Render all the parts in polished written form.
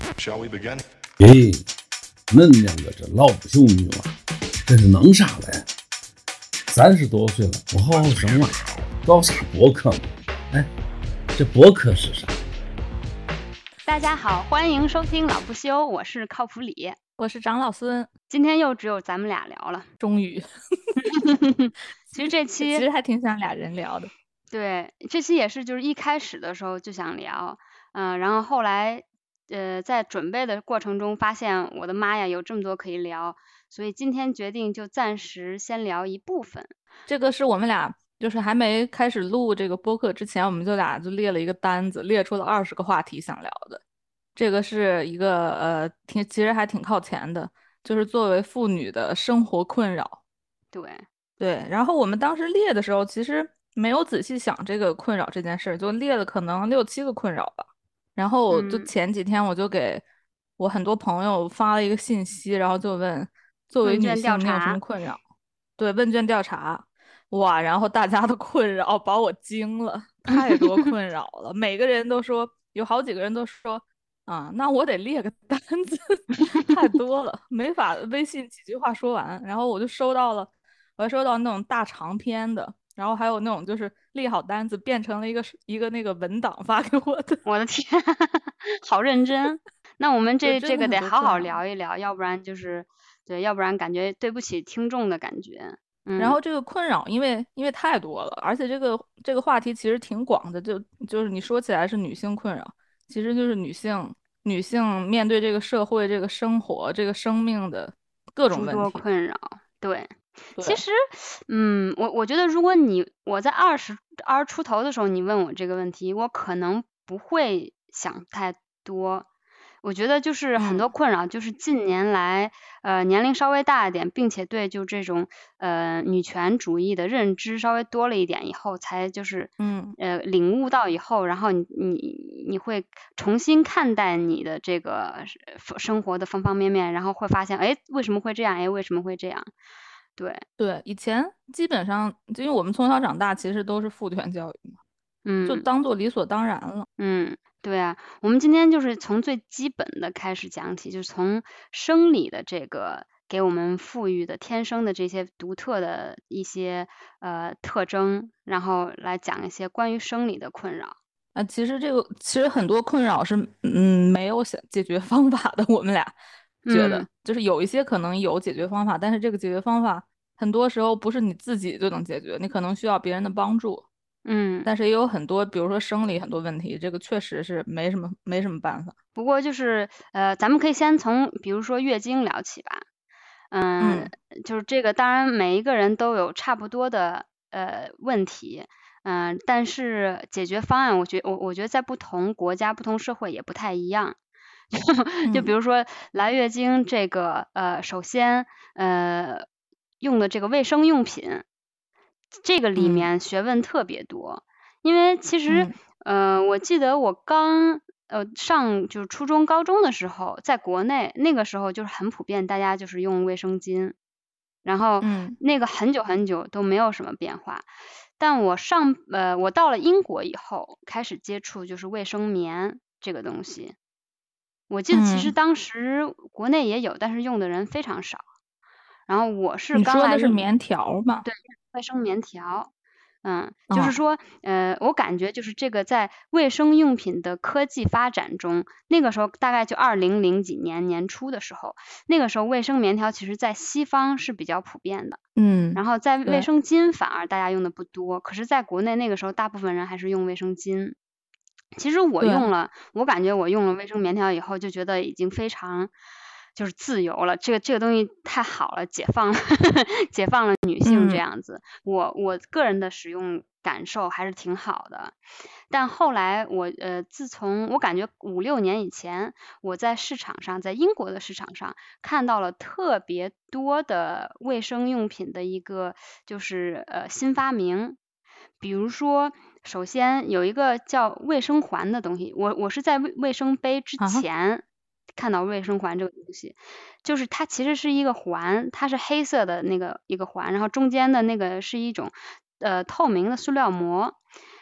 Shall we begin? 咦，恁两个这老不休女娃，这是弄啥嘞？30多岁了，不好好生娃，搞啥博客嘛？哎，这博客是啥？ 大家好，欢迎收听老不休，我是靠谱李， 我是长老孙。 今天又只有咱们俩聊了， 终于其实这期其实还挺想俩人聊的。 对，这期也是就是一开始的时候就想聊，然后后来在准备的过程中发现我的妈呀有这么多可以聊，所以今天决定就暂时先聊一部分。 这个是我们俩就是还没开始录这个播客之前，我们就俩就列了一个单子，列出了20个话题想聊的。这个是一个其实还挺靠前的，就是作为妇女的生活困扰。 对， 然后我们当时列的时候，其实没有仔细想这个困扰这件事，就列了可能6、7个困扰吧。然后就前几天我就给我很多朋友发了一个信息，然后就问，作为女性你有什么困扰？对，问卷调查。哇，然后大家的困扰把我惊了，太多困扰了。每个人都说，有好几个人都说啊，那我得列个单子，太多了，没法微信几句话说完。然后我还收到那种大长篇的，然后还有那种就是列好单子变成了一个那个文档发给我的。 我的天，好认真。那我们这个得好好聊一聊，要不然要不然感觉对不起听众的感觉。 然后这个困扰因为太多了，而且这个话题其实挺广的，就是你说起来是女性困扰，其实就是女性面对这个社会、这个生活、这个生命的各种问题。 诸多困扰，对。其实，我觉得如果我在20出头的时候，你问我这个问题，我可能不会想太多。我觉得就是很多困扰，就是近年来年龄稍微大一点，并且对就这种女权主义的认知稍微多了一点以后，才就是领悟到以后，然后你会重新看待你的这个生活的方方面面，然后会发现，哎，为什么会这样？哎，为什么会这样？对， 以前基本上因为我们从小长大其实都是父权教育嘛，就当做理所当然了。 对啊，我们今天就是从最基本的开始讲起，就是从生理的这个给我们赋予的天生的这些独特的一些特征，然后来讲一些关于生理的困扰。 其实很多困扰是没有解决方法的，我们俩觉得就是有一些可能有解决方法，但是这个解决方法很多时候不是你自己就能解决，你可能需要别人的帮助。但是也有很多，比如说生理很多问题，这个确实是没什么办法。 不过就是咱们可以先从比如说月经聊起吧。就是这个，当然每一个人都有差不多的问题，但是解决方案，我觉得在不同国家、不同社会也不太一样。就比如说来月经这个，首先用的这个卫生用品，这个里面学问特别多。因为其实我记得我刚上就是初中高中的时候，在国内那个时候就是很普遍，大家就是用卫生巾，然后那个很久很久都没有什么变化。但我到了英国以后，开始接触就是卫生棉这个东西。我记得其实当时国内也有，但是用的人非常少。然后我是刚来， 你说的是棉条吗？ 对，卫生棉条。就是说我感觉就是这个在卫生用品的科技发展中，那个时候大概就2000几年年初的时候，那个时候卫生棉条其实在西方是比较普遍的。然后在卫生巾反而大家用的不多，可是在国内那个时候大部分人还是用卫生巾。其实我感觉我用了卫生棉条以后就觉得已经非常就是自由了，这个东西太好了，解放了女性这样子。我个人的使用感受还是挺好的。但后来自从我感觉5、6年以前，我在市场上，在英国的市场上看到了特别多的卫生用品的一个就是新发明。比如说首先有一个叫卫生环的东西，我是在卫生杯之前看到卫生环这个东西，就是它其实是一个环，它是黑色的那个一个环，然后中间的那个是一种透明的塑料膜，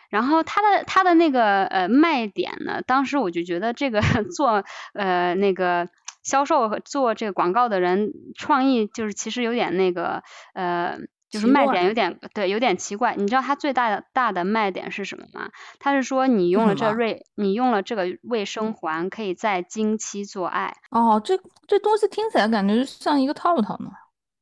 然后它的那个卖点呢，当时我就觉得这个做那个销售和做这个广告的人创意就是其实有点那个就是卖点有点对有点奇怪。你知道它最大的卖点是什么吗？它是说你用了这个卫生环可以在经期做爱。 哦，这东西听起来感觉像一个套套呢。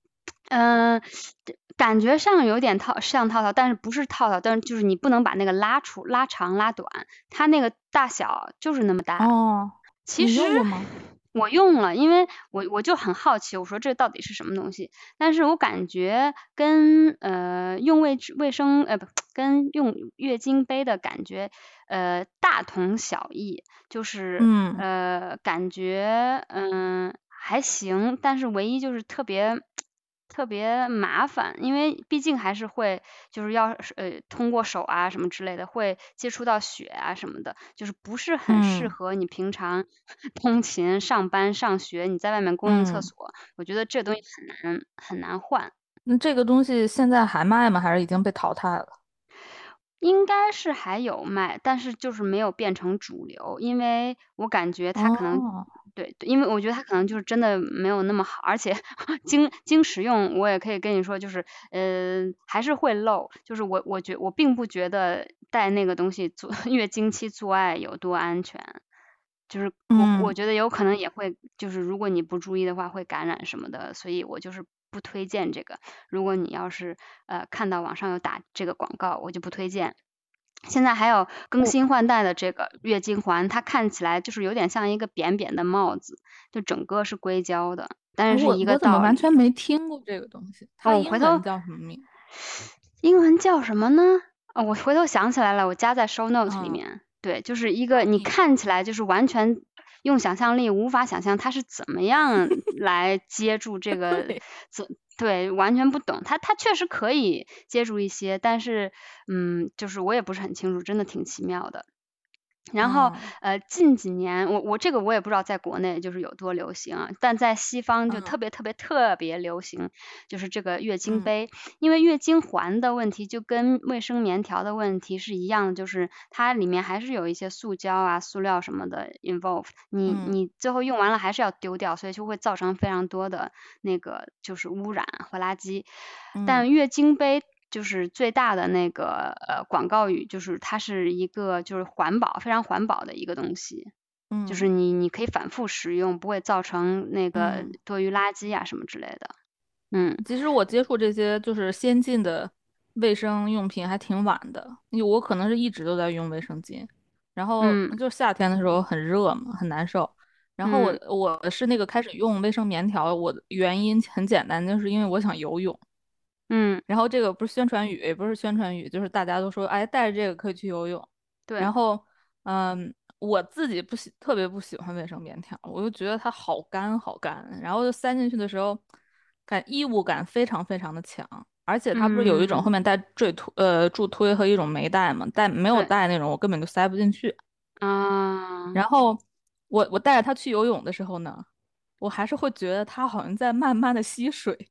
感觉上有点像套套，但是不是套套，但是就是你不能把那个拉长拉短，它那个大小就是那么大。 哦， 其实你用过吗？ 我用了，因为我就很好奇，我说这到底是什么东西？但是我感觉跟用跟用月经杯的感觉大同小异，就是感觉还行，但是唯一就是特别麻烦，因为毕竟还是会就是要通过手啊什么之类的，会接触到血啊什么的，就是不是很适合你平常通勤、上班、上学，你在外面公用厕所，我觉得这东西很难换。 那这个东西现在还卖吗？还是已经被淘汰了？ 应该是还有卖，但是就是没有变成主流，因为我感觉它可能对，因为我觉得它可能就是真的没有那么好，而且经使用，我也可以跟你说，就是还是会漏，就是我并不觉得带那个东西月经期做爱有多安全，就是我觉得有可能也会，就是如果你不注意的话会感染什么的，所以我就是不推荐这个。如果你要是看到网上有打这个广告，我就不推荐。现在还有更新换代的这个月经环，它看起来就是有点像一个扁扁的帽子，就整个是硅胶的，但是一个我怎么道理。 完全没听过这个东西？它英文叫什么名？ 英文叫什么呢？我回头想起来了，我加在 show note 里面。对，就是一个你看起来就是完全用想象力无法想象它是怎么样来接住这个对，完全不懂。它确实可以接住一些，但是就是我也不是很清楚，真的挺奇妙的。然后近几年我这个我也不知道在国内就是有多流行啊，但在西方就特别流行，就是这个月经杯。因为月经环的问题就跟卫生棉条的问题是一样的，就是它里面还是有一些塑胶啊、塑料什么的 involved，你最后用完了还是要丢掉，所以就会造成非常多的那个就是污染和垃圾。但月经杯就是最大的那个广告语，就是它是一个就是非常环保的一个东西，就是你可以反复使用，不会造成那个多余垃圾啊什么之类的。 其实我接触这些就是先进的卫生用品还挺晚的，因为我可能是一直都在用卫生巾，然后就是夏天的时候很热嘛，很难受。然后我是那个开始用卫生棉条，我的原因很简单，就是因为我想游泳。然后这个不是宣传语，也不是宣传语，就是大家都说，哎，带着这个可以去游泳。 对。 然后，我自己特别不喜欢卫生棉条，我就觉得它好干好干，然后就塞进去的时候，异物感非常非常的强，而且它不是有一种后面带助推和一种没带嘛，没有带那种我根本就塞不进去。然后我带着它去游泳的时候呢，我还是会觉得它好像在慢慢的吸水。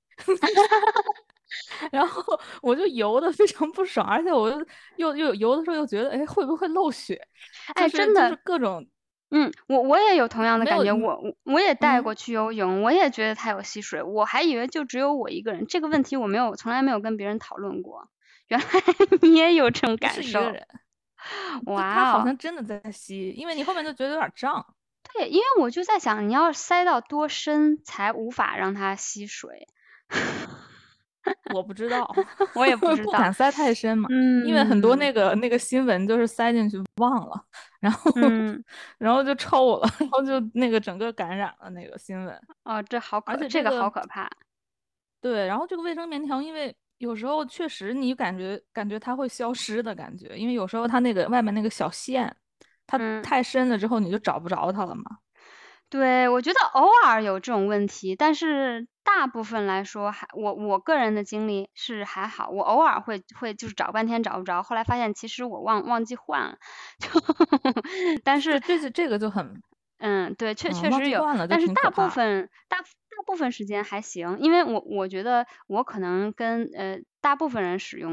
然后我就游的非常不爽，而且我又游的时候又觉得，哎，会不会漏血？ 真的就是各种， 我也有同样的感觉， 没有我也带过去游泳，我也觉得它有吸水，我还以为就只有我一个人，这个问题我从来没有跟别人讨论过，原来你也有这种感受。 不是一个人， 哇， 它好像真的在吸，因为你后面就觉得有点胀。 对，因为我就在想，你要塞到多深才无法让它吸水？ 我不知道， 我也不知道， 不敢塞太深嘛。因为很多那个新闻就是塞进去忘了，然后然后就臭了，然后就那个整个感染了那个新闻。 而且这个好可怕。 对，然后这个卫生棉条，因为有时候确实你感觉它会消失的感觉，因为有时候它那个外面那个小线，它太深了之后你就找不着它了嘛。 对，我觉得偶尔有这种问题，但是大部分来说我个人的经历是还好，我偶尔会就是找半天找不着，后来发现其实我忘记换了，但是这个就很对，确实有，但是大部分时间还行，因为我觉得我可能跟大部分人使用的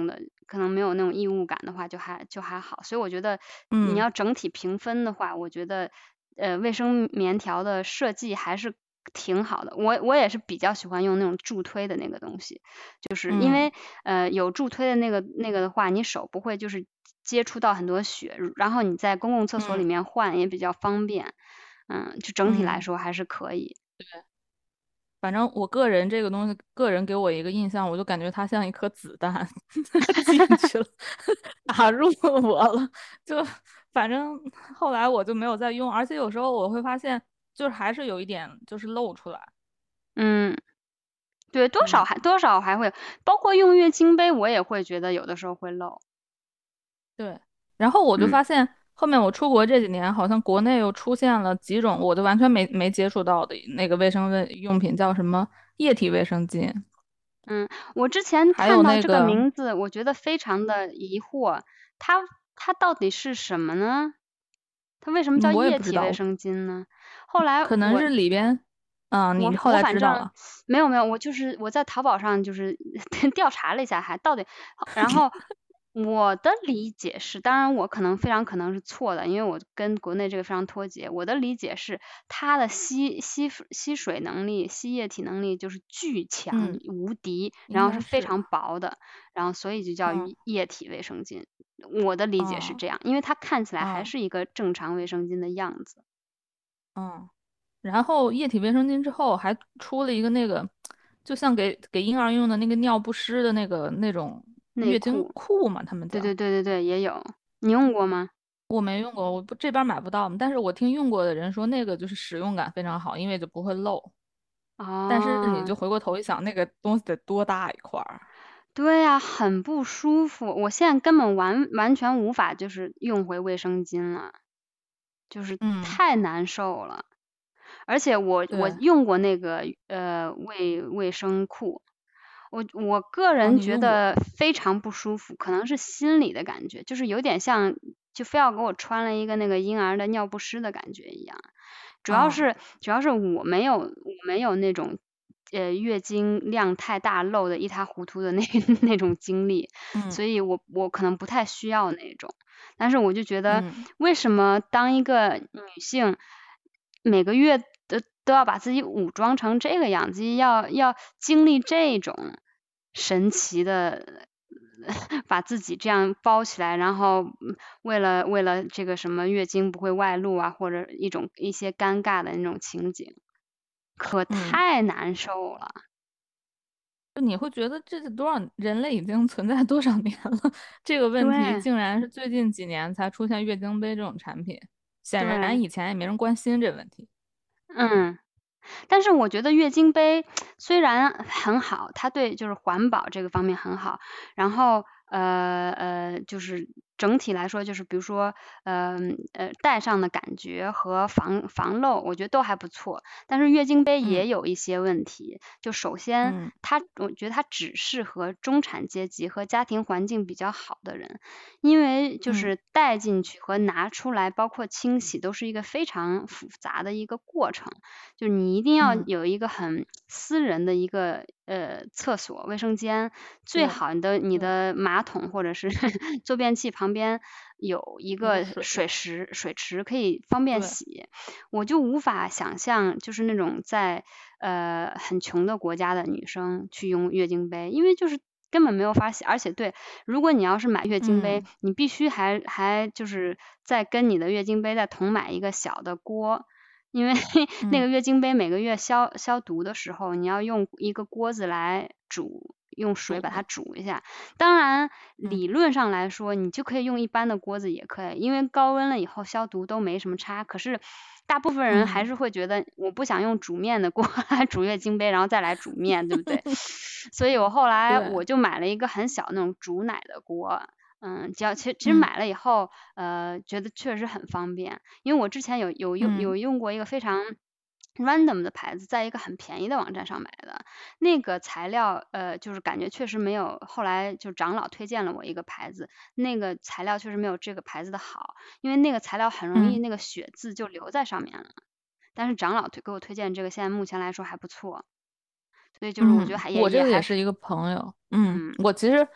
可能没有那种异物感的话，就还好。所以我觉得你嗯要整体评分的话，我觉得卫生棉条的设计还是挺好的。我也是比较喜欢用那种助推的那个东西，就是因嗯为有助推的那个的话，你手不会就是接触到很多血，然后你在公共厕所里嗯面换也比较方便。就整体来嗯。 说还是可以。 反正我个人这个东西，个人给我一个印象，我就感觉它像一颗子弹进去了，打入我了。就反正后来我就没有再用，而且有时候我会发现，就是还是有一点就是露出来。 嗯，对，多少嗯， 还会，包括用月经杯，我也会觉得有的时候会漏。 对。然后我就嗯发现后面我出国这几年，好像国内又出现了几种我就完全没接触到的那个卫生用品，叫什么液体卫生巾， 嗯，我之前还有看到这个那个名字，我觉得非常的疑惑，它它到底是什么呢？它为什么叫我也液不知道， 体卫生巾呢？后来我可能是里边， 我你后来我反正知道了。 没有，我在淘宝上就是调查了一下，还到底，然后我的理解是，当然我可能非常可能是错的，因为我跟国内这个非常脱节。我的理解是，它的吸水能力、吸液体能力就是巨强嗯， 无敌，然应该是， 后是非常薄的，然后所以就叫嗯液体卫生巾。我的理解是嗯这样，因为它看起来还嗯是一个正常卫生巾的样子。 嗯。然后液体卫生巾之后还出了一个那个，就像给婴儿用的那个尿不湿的那种月经内裤， 裤嘛，他们对叫。 对对对对，也有。你用过吗？ 我没用过，我不这边买不到，但是我听用过的人说那个就是使用感非常好，因为就不会漏。但是你哦， 就回过头一想，那个东西得多大一块儿？ 对呀，很不舒服。我现在根本完全无法就是用回卫生巾了，就是嗯， 太难受了。而且我对。 用过那个卫生裤，我个哦， 人你用过？ 觉得非常不舒服，可能是心理的感觉，就是有点像就非要给我穿了一个那个婴儿的尿不湿的感觉一样。主要啊， 是我没有那种月经量太大漏的一塌糊涂的那那种经历， 嗯所以我可能不太需要那种。但是我就觉得， 嗯。 为什么当一个女性每个月都要把自己武装成这个样子，要经历这种神奇的把自己这样包起来，然后为了这个什么月经不会外露啊，或者一些尴尬的那种情景，可嗯， 太难受了。 就你会觉得这是多少人类已经存在多少年了，这个问题对竟然是最近几年才出现月经杯这种产品，显然对， 以前也没人关心这问题。 嗯。但是我觉得月经杯虽然很好，它对就是环保这个方面很好，然后就是整体来说，就是比如说戴上的感觉和防漏，我觉得都还不错。但是月经杯嗯也有一些问题，就首先嗯我觉得它只适合中产阶级和家庭环境比较好的人，因为就嗯是带进去和拿出来，包括清洗，都是一个非常复杂的一个过程。就是你一定要嗯， 有一个很私人的一个厕所卫生间，最对好你对， 的马桶或者是坐便器旁边有一个有水， 水池可以方便对， 洗。我就无法想象，就是那种在很穷的国家的女生去用月经杯，因为就是根本没有法洗。而且对，如果你要是买月经杯， 嗯你必须还就是再跟你的月经杯再同买一个小的锅。因为那嗯个月经杯每个月消毒的时候，你要用一个锅子来煮，用水把它煮它， 煮一下。当然， 嗯理论上来说，你就可以用一般的锅子也可以，因为高温了以后消毒都没什么差。可是大部分人还嗯， 是会觉得，我不想用煮面的锅来煮月经杯，然后再来煮面，对不对？所以我后来对， 我就买了一个很小那种煮奶的锅。只要其实嗯买了以后，觉得确实很方便。因为我之前嗯有用过一个非常 random 的牌子，在一个很便宜的网站上买的，那个材料就是感觉确实没有，后来就长老推荐了我一个牌子，那个材料确实没有这个牌子的好，因为那个材料很容易嗯那个血渍就留在上面了。但是长老给我推荐这个，现在目前来说还不错，所以就是我觉得嗯， 还也我这也还是个也是一个朋友， 嗯我其实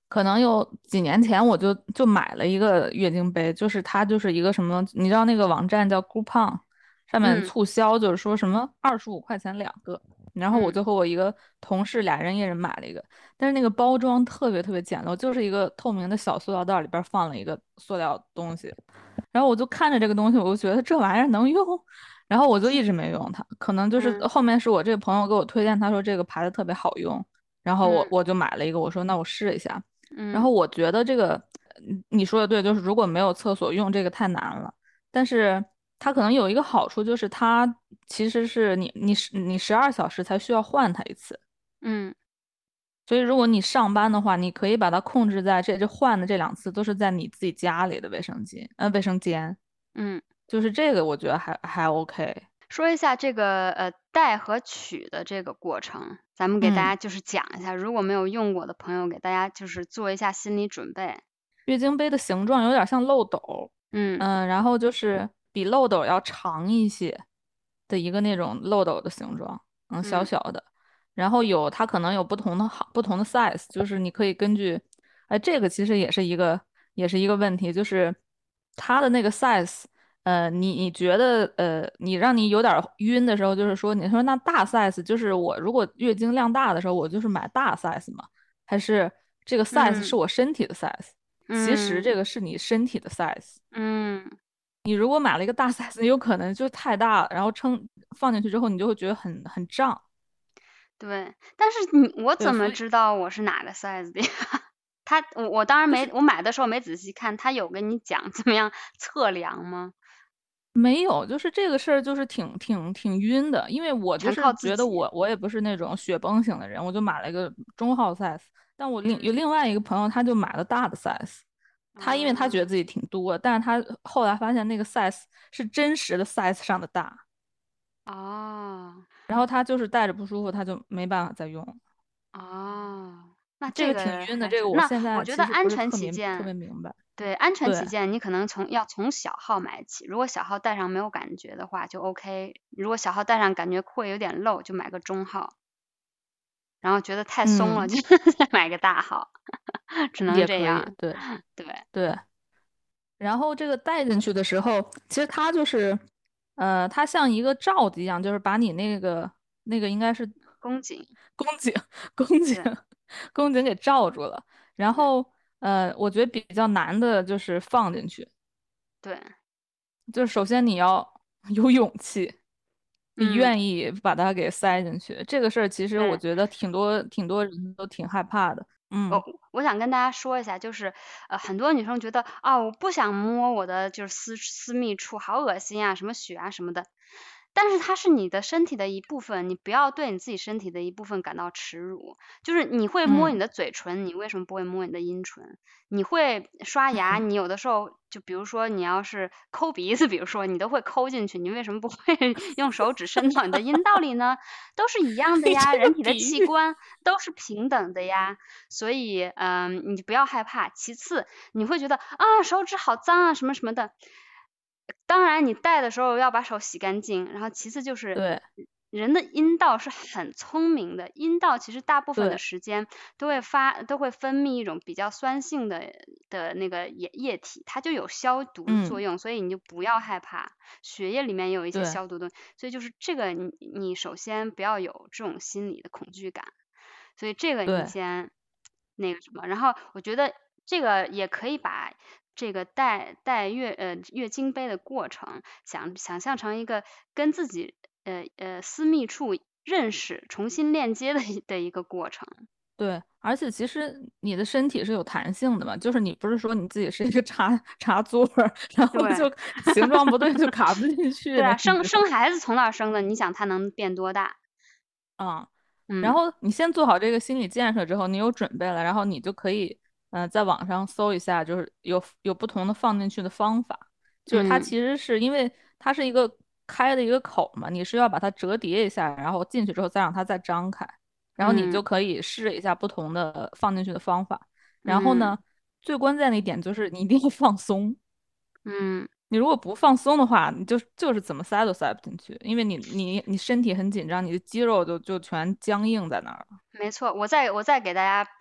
可能有几年前我就买了一个月经杯，就是它就是一个什么，你知道那个网站叫 Groupon，上面嗯促销就是说什么25块钱2个，然后我嗯就和我一个同事俩人一人买了一个，但是那个包装特别特别简陋，就是一个透明的小塑料袋里边放了一个塑料东西，然后我就看着这个东西，我就觉得这玩意儿能用，然后我就一直没用它，可能就是嗯后面是我这个朋友给我推荐，他说这个牌子特别好用，然后我嗯我就买了一个，我说那我试一下。然嗯后我觉得这个，你说的对，就是如果没有厕所用这个太难了。但是它可能有一个好处，就是它其实是你12小时才需要换它一次。 嗯所以如果你上班的话，你可以把它控制在这换的这2次都是在你自己家里的卫生间， 嗯， 就是这个我觉得还 OK。 说一下这个带和取的这个过程，咱们给大嗯， 家就是讲一下，如果没有用过的朋友，给大家就是做一下心理准备。 月经杯的形状有点像漏斗， 嗯然后就是比漏斗要长一些的一个那种漏斗的形状，小嗯小的，然后它可能有不同的 size，就是你可以根据，哎，这个其实也是一个问题，就是它的那个 size，你觉得你让你有点儿晕的时候，就是说你说那大 size 就是我如果月经量大的时候，我就是买大 size 嘛，还是这个 size 是嗯我身体的 size？其实这嗯个是你身体的 size。 嗯， 你如果买了一个大 size，有可能就太大了，然后放进去之后，你就会觉得很胀。 对。但是我对， 怎么所以知道我是哪个 size 的呀？我当然没， 就是我买的时候没仔细看，他有跟你讲怎么样测量吗？ 没有，就是这个事儿就是挺晕的，因为我就全靠是觉得自己。 我也不是那种雪崩型的人，我就买了一个中号 size，但我有嗯另外一个朋友他就买了大的 size，因为他觉得嗯自己挺多，但是他后来发现那个 size 是真实的 size 上的大， 哦然后他就是带着不舒服，他就没办法再用了。 哦，那这个挺这个晕的，这个我还是那现在我觉得其实不是安全特别起见， 明白。 对，安全对， 起见，你可能要从小号买起。如果小号戴上没有感觉的话，就 OK。如果小号戴上感觉会有点漏，就买个中号。然后觉得太松了， 嗯， 就再买个大号，只能也可以， 这样。 对对， 对。然后这个带进去的时候，其实它就是，它像一个罩子一样，就是把你那个应该是宫颈， 宫颈宫颈对宫颈给罩住了。然对后我觉得比较难的就是放进去， 对， 就是首先你要有勇气，你嗯， 愿意把它给塞进去。这个事儿其实我对。 觉得挺多人都挺害怕的。 我嗯我想跟大家说一下，就是很多女生觉得啊，我不想摸我的就是私密处，好恶心啊，什么血啊什么的。但是它是你的身体的一部分，你不要对你自己身体的一部分感到耻辱。就是你会摸你嗯的嘴唇，你为什么不会摸你的阴唇？你会刷牙， 嗯， 你有的时候就比如说你要是抠鼻子，比如说你都会抠进去，你为什么不会用手指伸到你的阴道里呢？都是一样的你呀， 这个人体的比喻， 器官都是平等的呀。所以，你不要害怕。其次，你会觉得啊，手指好脏啊，什么什么的。当然，你戴的时候要把手洗干净。然后，其次就是对人的阴道是很聪明的，阴道其实大部分的对， 时间都会分泌一种比较酸性的那个液体，它就有消毒的作嗯用，所以你就不要害怕。血液里面也有一些对消毒的，所以就是这个你首先不要有这种心理的恐惧感。所以这个你对。 先那个什么，然后我觉得这个也可以把这个带月经杯的过程想象成一个跟自己私密处认识、重新链接的一个过程。 对，而且其实你的身体是有弹性的嘛，就是你不是说你自己是一个插座儿，然后对， 就形状不对就卡不进去对啊， 那种。 生孩子从哪儿生的？你想他能变多大？ 啊，然嗯后你先做好这个心理建设之后，你有准备了，然后你就可以，在网上搜一下，就是有不同的放进去的方法。就是它嗯其实是因为它是一个开的一个口嘛，你是要把它折叠一下，然后进去之后再让它再张开，然后你嗯就可以试一下不同的放进去的方法。然后嗯呢，最关键的一点就是你一定要放松。 嗯。 你如果不放松的话，你就是怎么塞都塞不进去，因为你身体很紧张，你的肌肉就全僵硬在那儿了。 没错，我再给大家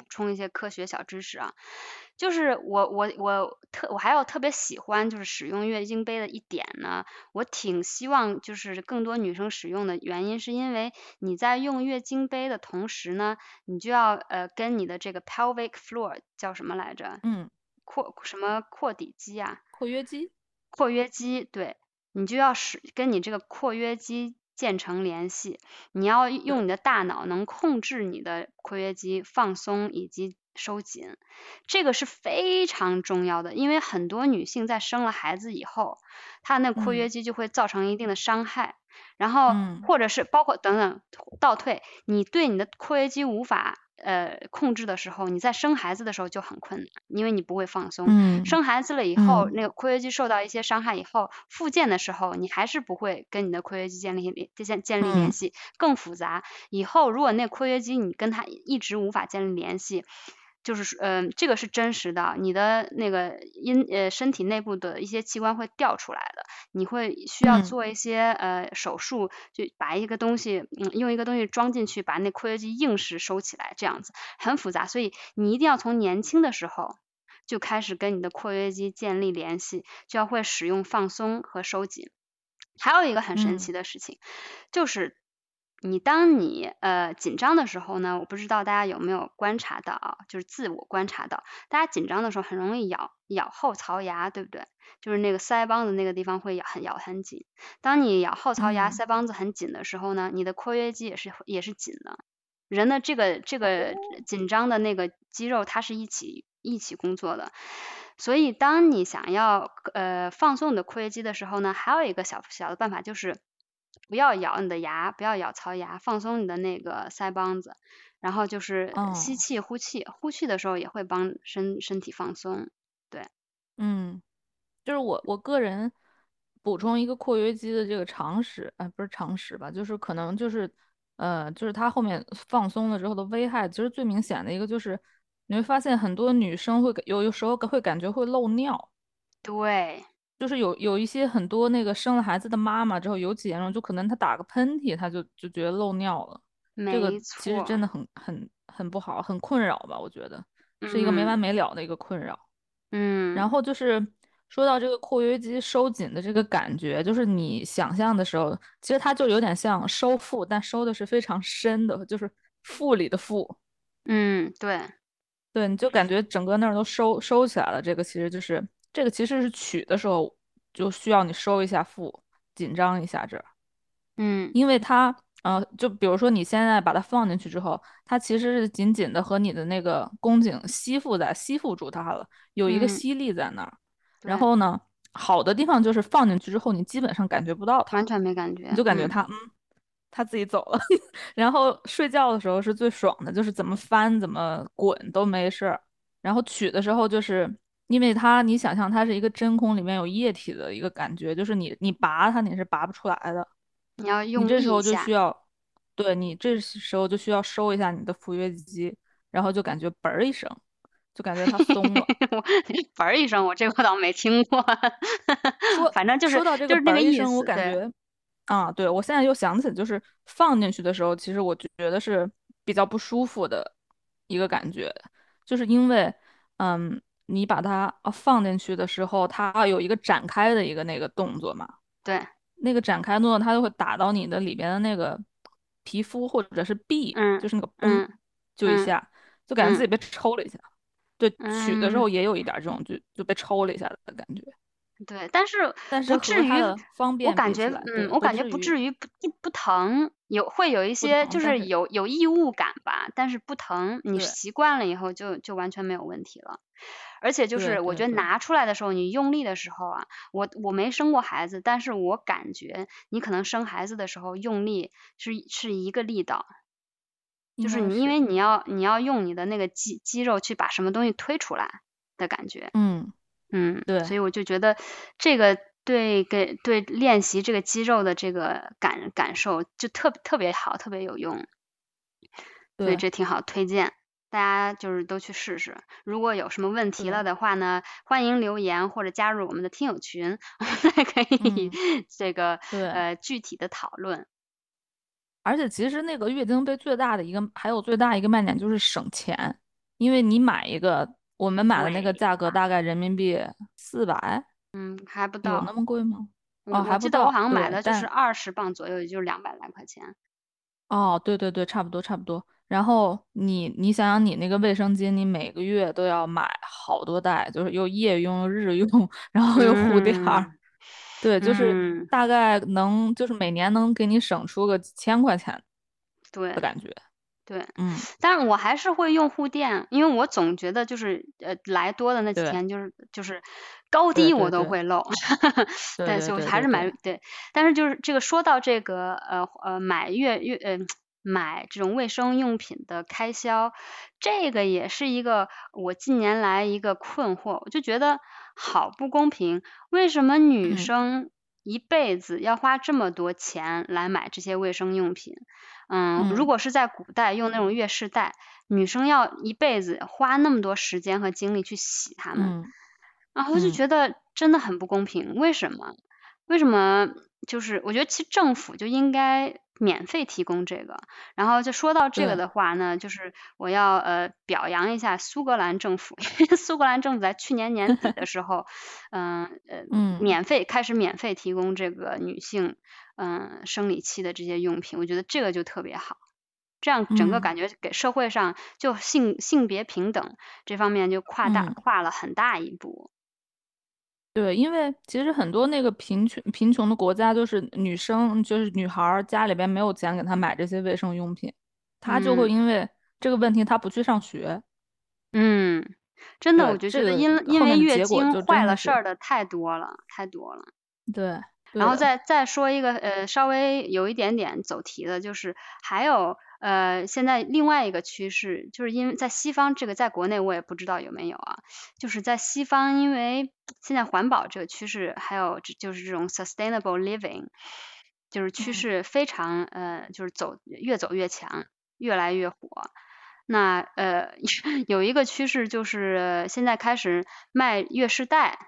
充一些科学小知识啊。就是我还有特别喜欢就是使用月经杯的一点呢，我挺希望就是更多女生使用的原因，是因为你在用月经杯的同时呢，你就要跟你的这个 pelvic floor 叫什么来着？ 嗯， 阔底肌啊？ 括约肌。 括约肌，对，你就要跟你这个括约肌建成联系，你要用对， 你的大脑能控制你的括约肌放松以及收紧，这个是非常重要的，因为很多女性在生了孩子以后，她那括约嗯肌就会造成一定的伤害，然后嗯或者是包括等等倒退，你对你的括约肌无法控制的时候，你在生孩子的时候就很困难，因为你不会放松。 嗯生孩子了以后，那个括约肌受到一些伤害以后，复健的时候你还是不会跟你的括约肌建立联嗯系，更复杂。以后如果那括约肌你跟它一直无法建立联系，就是这个是真实的，你的那个身体内部的一些器官会掉出来的，你会需要嗯做一些手术，就把一个东西用一个东西装进去，把那括约肌硬实收起来，这样子很复杂，所以你一定要从年轻的时候就开始跟你的括约肌建立联系，就要会使用放松和收紧。还有一个很神奇嗯的事情，就是当你紧张的时候呢，我不知道大家有没有观察到啊，就是自我观察到，大家紧张的时候很容易咬后槽牙，对不对？就是那个腮帮子那个地方会咬很紧。当你咬后槽牙、 嗯， 腮帮子很紧的时候呢，你的括约肌也是紧的。人的这个紧张的那个肌肉，它是一起工作的。所以当你想要放松你的括约肌的时候呢，还有一个小小的办法，就是不要咬你的牙，不要咬槽牙，放松你的那个腮帮子，然后就是吸哦， 气、呼气，呼气的时候也会帮身体放松。对， 嗯。就是我个人补充一个括约肌的这个常识，哎，不是常识吧，就是可能就是就是它后面放松了之后的危害，其实最明显的一个就是你会发现很多女生有时候会感觉会漏尿， 对， 就是有一些很多那个生了孩子的妈妈之后，尤其严重，就可能她打个喷嚏，她就觉得漏尿了，这个没其实错， 真的很不好，很困扰吧，我觉得是一个没完嗯没了的一个困扰。然嗯， 后就是说到这个括约肌收紧的这个感觉，就是你想象的时候，其实它就有点像收腹，但收的是非常深的，就是腹里的腹。 嗯，对， 对，你就感觉整个那儿都收起来了。这个其实是取的时候就需要你收一下腹，紧张一下这儿。 嗯因为它就比如说你现在把它放进去之后，它其实是紧紧的和你的那个宫颈吸附住它了，有一个嗯， 吸力在那儿。然对， 后呢，好的地方就是放进去之后，你基本上感觉不到它， 完全没感你觉，嗯就感觉它它自己走了。然后睡觉的时候是最爽的，就是怎么翻怎么滚都没事儿。然后取的时候就是因为它，你想象它是一个真空里面有液体的一个感觉，就是你拔它你是拔不出来的。 你要用你这时候就力一下。 需要，对你这时候就需要收一下你的括约肌，然后就感觉嘣儿一声，就感觉它松了。 我嘣儿一声，我这个倒没听过， 说反正就是说到这个就是那个嘣儿一声，我意思，对， 感觉啊，对，我现在又想起，就是放进去的时候，其实我觉得是比较不舒服的一个感觉，就是因为你把它放进去的时候，它有一个展开的一个那个动作嘛。 对， 那个展开动作，它就会打到你的里边的那个皮肤或者是壁， 嗯就是那个崩， 嗯嗯就一下，就感觉自己嗯被抽了一下。对，取的时嗯， 候也有一点儿这种就被抽了一下的感觉， 对，但是但是不至于， 和它的方我感觉， 便比起来，对， 我感觉不至于不至于不疼，会有一些就不疼，但是是有异物感吧，但是不疼，你对习惯了以后就完全没有问题了。而且就对是我觉得对对， 拿出来的时候，你用力的时候啊，我没生过孩子，但是我感觉你可能生孩子的时候用力是一个力道，就是你因应该是， 为你要用你的那个肌肉去把什么东西推出来的感觉， 嗯，对所以我就觉得这个对练习这个肌肉的这个感受就特别好，特别有用，所以对这挺好推荐。大家就是都去试试，如果有什么问题了对， 的话呢，欢迎留言或者加入我们的听友群，我们再可以嗯这个对。 具体的讨论。 而且其实那个月经杯最大的一个，还有最大一个卖点就是省钱。 因为你买一个，我们买的那个贵价格大概人民币400， 还不有那到。 么贵吗？哦， 我记得我好还不到， 像买对， 的就是20磅左右，也就是200来块钱。 哦，对对对，差不多差不多。然后你想想，你那个卫生巾，你每个月都要买好多袋，就是又夜用又日用，然后又护垫儿， 嗯对，就是嗯， 大概能就是每年能给你省出个几千块钱的对感觉。 对。 嗯， 但是我还是会用护垫，因为我总觉得就是来多的那几对天就是高低我对对对都会漏， 对对但就还是对对对， 对。但是就是这个说到这个买这种卫生用品的开销，这个也是一个我近年来一个困惑，我就觉得好不公平，为什么女嗯生一辈子要花这么多钱来买这些卫生用品？如嗯果是在古代用那种月事带，女生要一辈子花那么多时间和精力去洗它们， 嗯然后就嗯觉得真的很不公平。为什么？为什么？就是我觉得其实政府就应该免费提供这个。然后就说到这个对， 的话呢，就是我要表扬一下苏格兰政府，因为苏格兰政府在去年年底的时候， 嗯开始免费提供这个女性生理期的这些用品，我觉得这个就特别好。这样整个嗯感觉给社会上就性别平等这方面就嗯。 跨了很大一步。 对，因为其实很多那个贫穷的国家，就是女生，就是女孩儿家里边没有钱给她买这些卫生用品，她就会嗯因为这个问题，她不去上学。 嗯，真的，我对， 就觉得这个因后面的为月结果就经坏了真的是， 事儿的太多了，太多了。 对然后对的， 再说一个稍微有一点点走题的，就是还有现在另外一个趋势，就是因为在西方这个在国内我也不知道有没有啊，就是在西方因为现在环保这个趋势，还有就是这种 sustainable living，就是趋嗯势非常就是越走越强，越来越火。那有一个趋势就是现在开始卖月事带，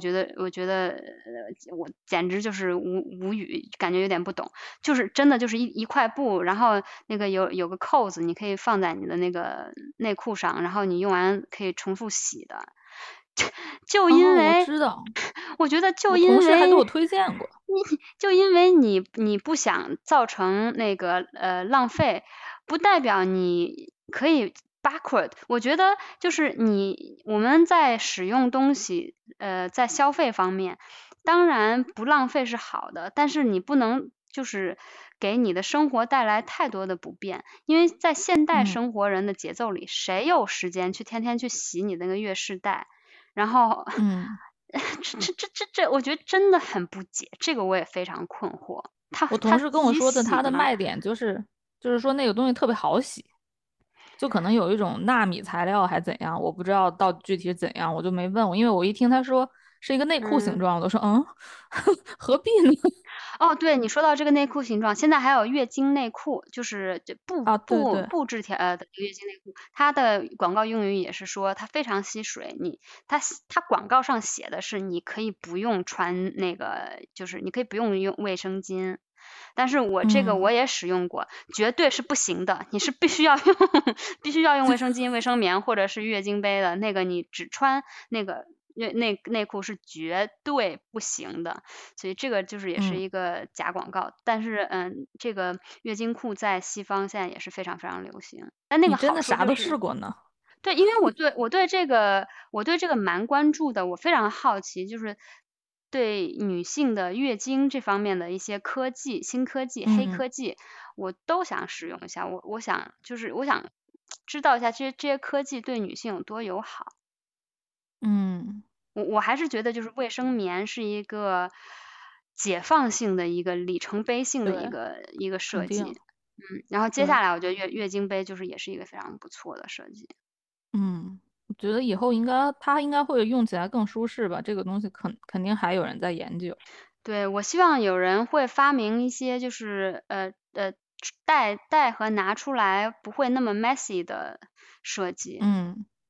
我简直就是无语，感觉有点不懂。就是真的就是一块布，然后那个有个扣子，你可以放在你的那个内裤上，然后你用完可以重复洗的。就因哦，我为知道， 我觉得就我同因为事还给我推荐过。 你不想造成那个浪费，不代表你可以 backward。我觉得就是我们在使用东西，在消费方面，当然不浪费是好的，但是你不能就是给你的生活带来太多的不便，因为在现代嗯生活人的节奏里，谁有时间去天天去洗你那个月事带？然后嗯， 这，我觉得真的很不解，这个我也非常困惑。它我同事跟我机说的， 洗吗？ 它的卖点就是说那个东西特别好洗，就可能有一种纳米材料还怎样，我不知道到底具体是怎样，我就没问我，因为我一听他说是一个内裤形嗯， 状，我都说何必呢？ 哦，对，你说到这个内裤形状，现在还有月经内裤，就是这啊，对对， 布质的月经内裤，它的广告用语也是说它非常吸水，它广告上写的是你可以不用穿那个，就是你可以不用用卫生巾。但是这个我嗯也使用过，绝对是不行的。你是必须要用必须要用卫生巾、卫生棉或者是月经杯的，那个你只穿那个内裤是绝对不行的。所以这个就是也是嗯， 一个假广告。但是这个月经裤在西方现在也是非常非常流行。但那你真个好的啥都处就是， 试过呢？ 对，因为我对这个蛮关注的，我非常好奇，就是对女性的月经这方面的一些新科技、黑嗯科技，我都想使用一下。我想知道一下这些科技对女性有多友好。 嗯， 我还是觉得就是卫生棉是一个解放性的一个里程碑性的一对， 个设计。 肯定然后接对， 下来我觉得月经杯就是也是一个非常不错的设计。 嗯，我觉得以后它应该会用起来更舒适吧，这个东西肯定还有人在研究。 对，我希望有人会发明一些就是带和拿出来不会那么 messy 的设计。 嗯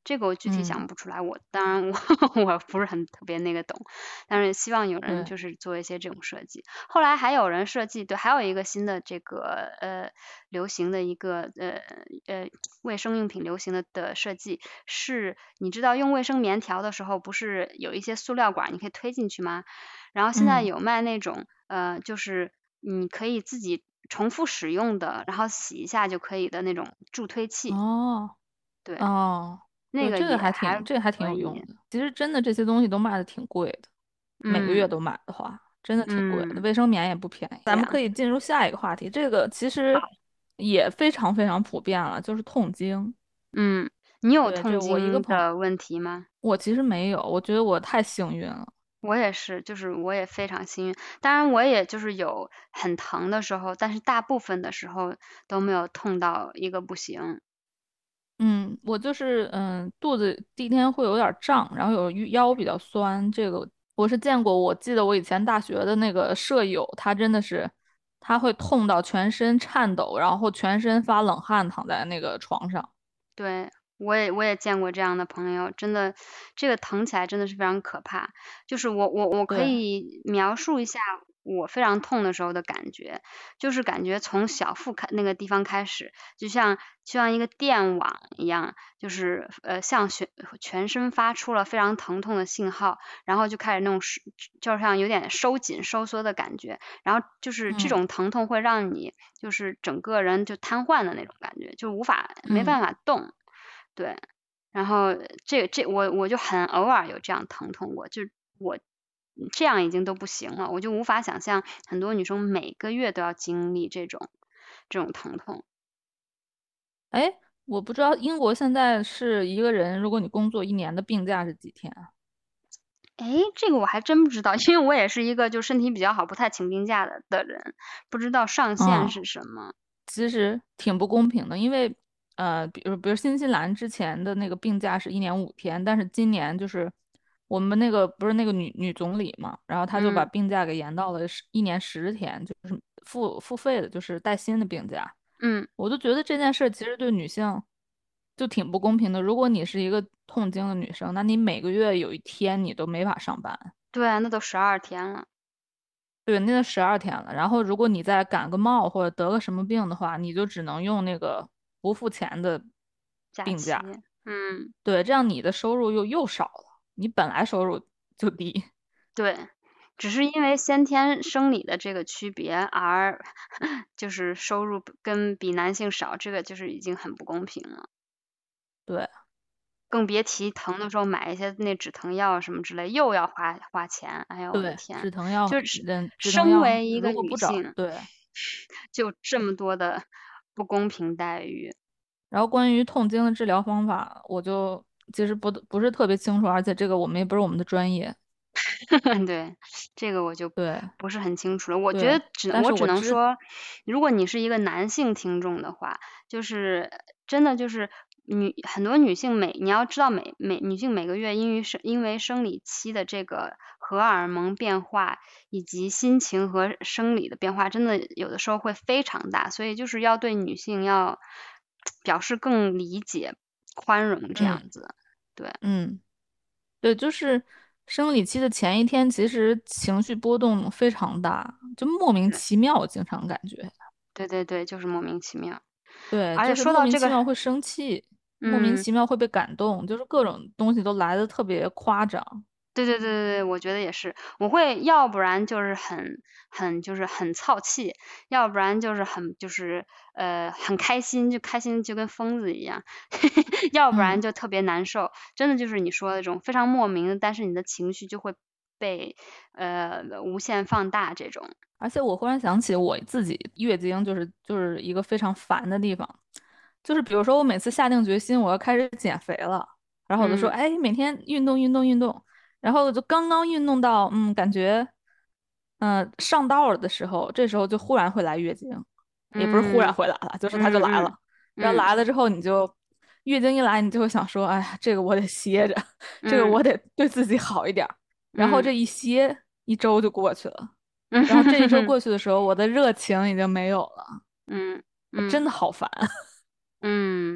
这个我具体想不出来，当然我不是很特别那个懂，但是希望有人对， 就是做一些这种设计。后来还有人设计，对，还有一个新的这个流行的一个卫生用品流行的设计是，你知道用卫生棉条的时候，不是有一些塑料管你可以推进去吗？然后现在有卖那种就是你可以自己重复使用的，然后洗一下就可以的那种助推器， 哦对， 哦，对， 那个也还这个还挺可以， 有用的。其实真的这些东西都卖的挺贵的，每个月嗯都买的话，真的挺贵的。 嗯， 卫生棉也不便宜。咱们可以这样子。 进入下一个话题，这个其实好， 也非常非常普遍了，就是痛经。 嗯，你有对，这痛我一个朋， 经的问题吗？ 我其实没有，我觉得我太幸运了。 我也是，就是我也非常幸运，当然我也就是有很疼的时候，但是大部分的时候都没有痛到一个不行。 嗯，我就是肚子第一天会有点胀，然后腰比较酸，这个我是见过。我记得我以前大学的那个舍友，他真的是他会痛到全身颤抖，然后全身发冷汗，躺在那个床上。 对，我也见过这样的朋友，真的，这个疼起来真的是非常可怕。就是我可对， 以描述一下我非常痛的时候的感觉，就是感觉从小腹那个地方开始，就像一个电网一样，就是向全身发出了非常疼痛的信号，然后就开始那种就像有点收紧收缩的感觉，然后就是这嗯种疼痛会让你就是整个人就瘫痪的那种感觉，就没嗯。 办法动。对，然后我就很偶尔有这样疼痛过，就我这样已经都不行了，我就无法想象很多女生每个月都要经历这种疼痛。 哎，我不知道英国现在是一个人，如果你工作1年的病假是几天啊？ 诶，这个我还真不知道，因为我也是一个就身体比较好，不太请病假的人，不知道上限嗯， 是什么。 其实挺不公平的，因为比如新西兰之前的那个病假是1年5天，但是今年就是我们那个不是那个女总理嘛，然后她就把嗯病假给延到了1年10天，就是付费的，就是带薪的病假。 嗯， 我就觉得这件事其实对女性就挺不公平的。如果你是一个痛经的女生，那你每个月有1天你都没法上班。 对啊，那都12天了， 对，那个12天了。然后，如果你再感个冒或者得个什么病的话，你就只能用那个不付钱的假期。 病假。 嗯， 对，这样你的收入又少了，你本来收入就低。 对。只是因为先天生理的这个区别而就是收入比男性少，这个就是已经很不公平了。 对更别提疼的时候买一些那止疼药什么之类，又要花钱。哎呀，我的对， 天！ 止疼药， 就是止疼药， 身为一个如果不找， 女性， 对。 就这么多的不公平待遇。 然后关于痛经的治疗方法，我就其实不是特别清楚，而且这个我们也不是我们的专业。 对，这个我就对不是很清楚了。我觉对， 得但我只是我知， 能说，如果你是一个男性听众的话，就是真的就是很多女性你要知道女性每个月因为生理期的这个荷尔蒙变化以及心情和生理的变化，真的有的时候会非常大，所以就是要对女性要表示更理解、宽容这嗯样子。对嗯。对，就是生理期的前一天，其实情绪波动非常大，就莫名对其妙，我经常感觉， 对对对，就是莫名其妙。 对， 而且就是莫名说到这个， 其妙会生气，莫名嗯， 其妙会被感动，就是各种东西都来的特别夸张。 对对对对对，我觉得也是。我会要不然就是就是很操气，要不然就是很开心，就开心就跟疯子一样，要不然嗯， 就特别难受。真的就是你说的这种非常莫名的，但是你的情绪就会被无限放大这种。 而且我忽然想起我自己月经就是一个非常烦的地方，就是比如说我每次下定决心我要开始减肥了，然后我就说， 嗯哎，每天运动运动运动，然后我就刚刚运动到感觉上道了的时候，这时候就忽然会来月经，也不是忽然嗯会来了，就是它就来了。 嗯嗯然后嗯来了之后，月经一来，你就会想说，哎呀，这个我得歇着，这个嗯我得对自己好一点儿。然后嗯这一歇，1周就过去了。 嗯然后这一周嗯过去的时候，我的热情已经没有了， 嗯我真嗯。 的好烦。 嗯，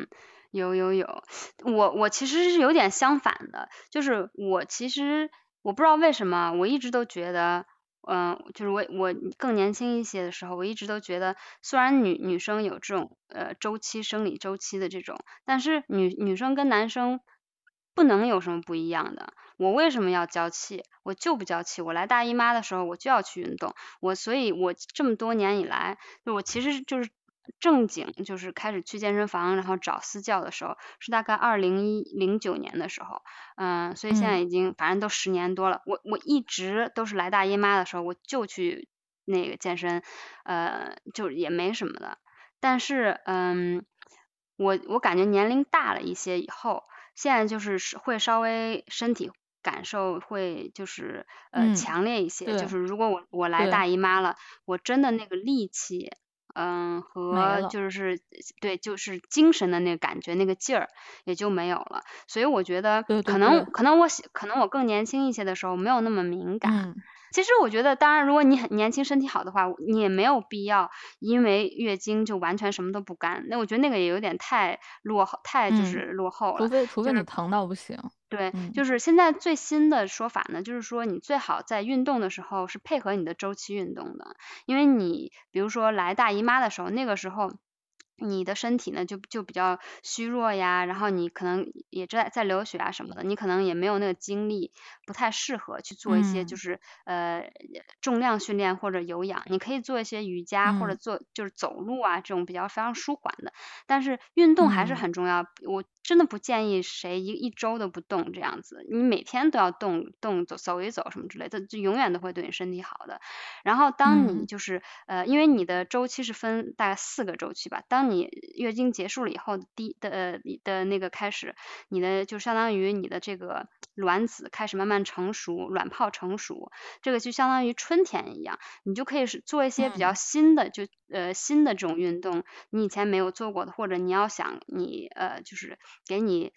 有，我其实是有点相反的，就是我其实我不知道为什么，我一直都觉得，就是我更年轻一些的时候，我一直都觉得，虽然女生有这种周期生理周期的这种，但是女生跟男生不能有什么不一样的。我为什么要娇气？我就不娇气。我来大姨妈的时候，我就要去运动。所以我这么多年以来，就我其实就是正经就是开始去健身房，然后找私教的时候，是大概2009年的时候，所以现在已经反正都10年多了。我一直都是来大姨妈的时候，我就去那个健身，就也没什么的。但是，我感觉年龄大了一些以后，现在就是会稍微身体感受会就是强烈一些， 对就是如果我来对， 大姨妈了，我真的那个力气，和没了。 就是对，就是精神的那个感觉，那个劲儿也就没有了。所以我觉得对对对， 可能我更年轻一些的时候没有那么敏感。其实我觉得，当然，如果你很年轻、身体好的话，你也没有必要因为月经就完全什么都不干。那我觉得那个也有点太落后，太就是落后了。 除非你疼到不行。 对，就是现在最新的说法呢，就是说你最好在运动的时候是配合你的周期运动的，因为你比如说来大姨妈的时候，那个时候你的身体呢就比较虚弱呀，然后你可能也在流血啊什么的，你可能也没有那个精力，不太适合去做一些就是重量训练或者有氧，你可以做一些瑜伽或者就是走路啊这种比较非常舒缓的，但是运动还是很重要。我真的不建议谁一周都不动这样子，你每天都要动动走一走什么之类的，就永远都会对你身体好的。然后当你就是因为你的周期是分大概4个周期吧，当你月经结束了以后的那个开始，你的就相当于你的这个卵子开始慢慢成熟，卵泡成熟，这个就相当于春天一样，你就可以是做一些比较新的新的这种运动，你以前没有做过的，或者你要想你就是给你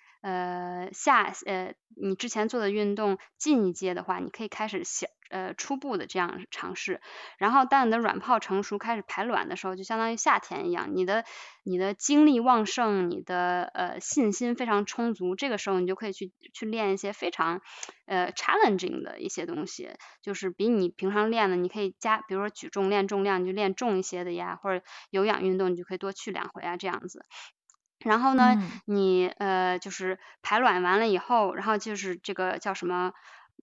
你之前做的运动进一阶的话，你可以开始初步的这样尝试。然后当你的卵泡成熟开始排卵的时候，就相当于夏天一样，你的精力旺盛，你的信心非常充足，这个时候你就可以去练一些非常challenging 的一些东西，就是比你平常练的，你可以比如说举重练重量，你就练重一些的呀，或者有氧运动你就可以多去2回啊这样子。然后呢，你就是排卵完了以后，然后就是这个叫什么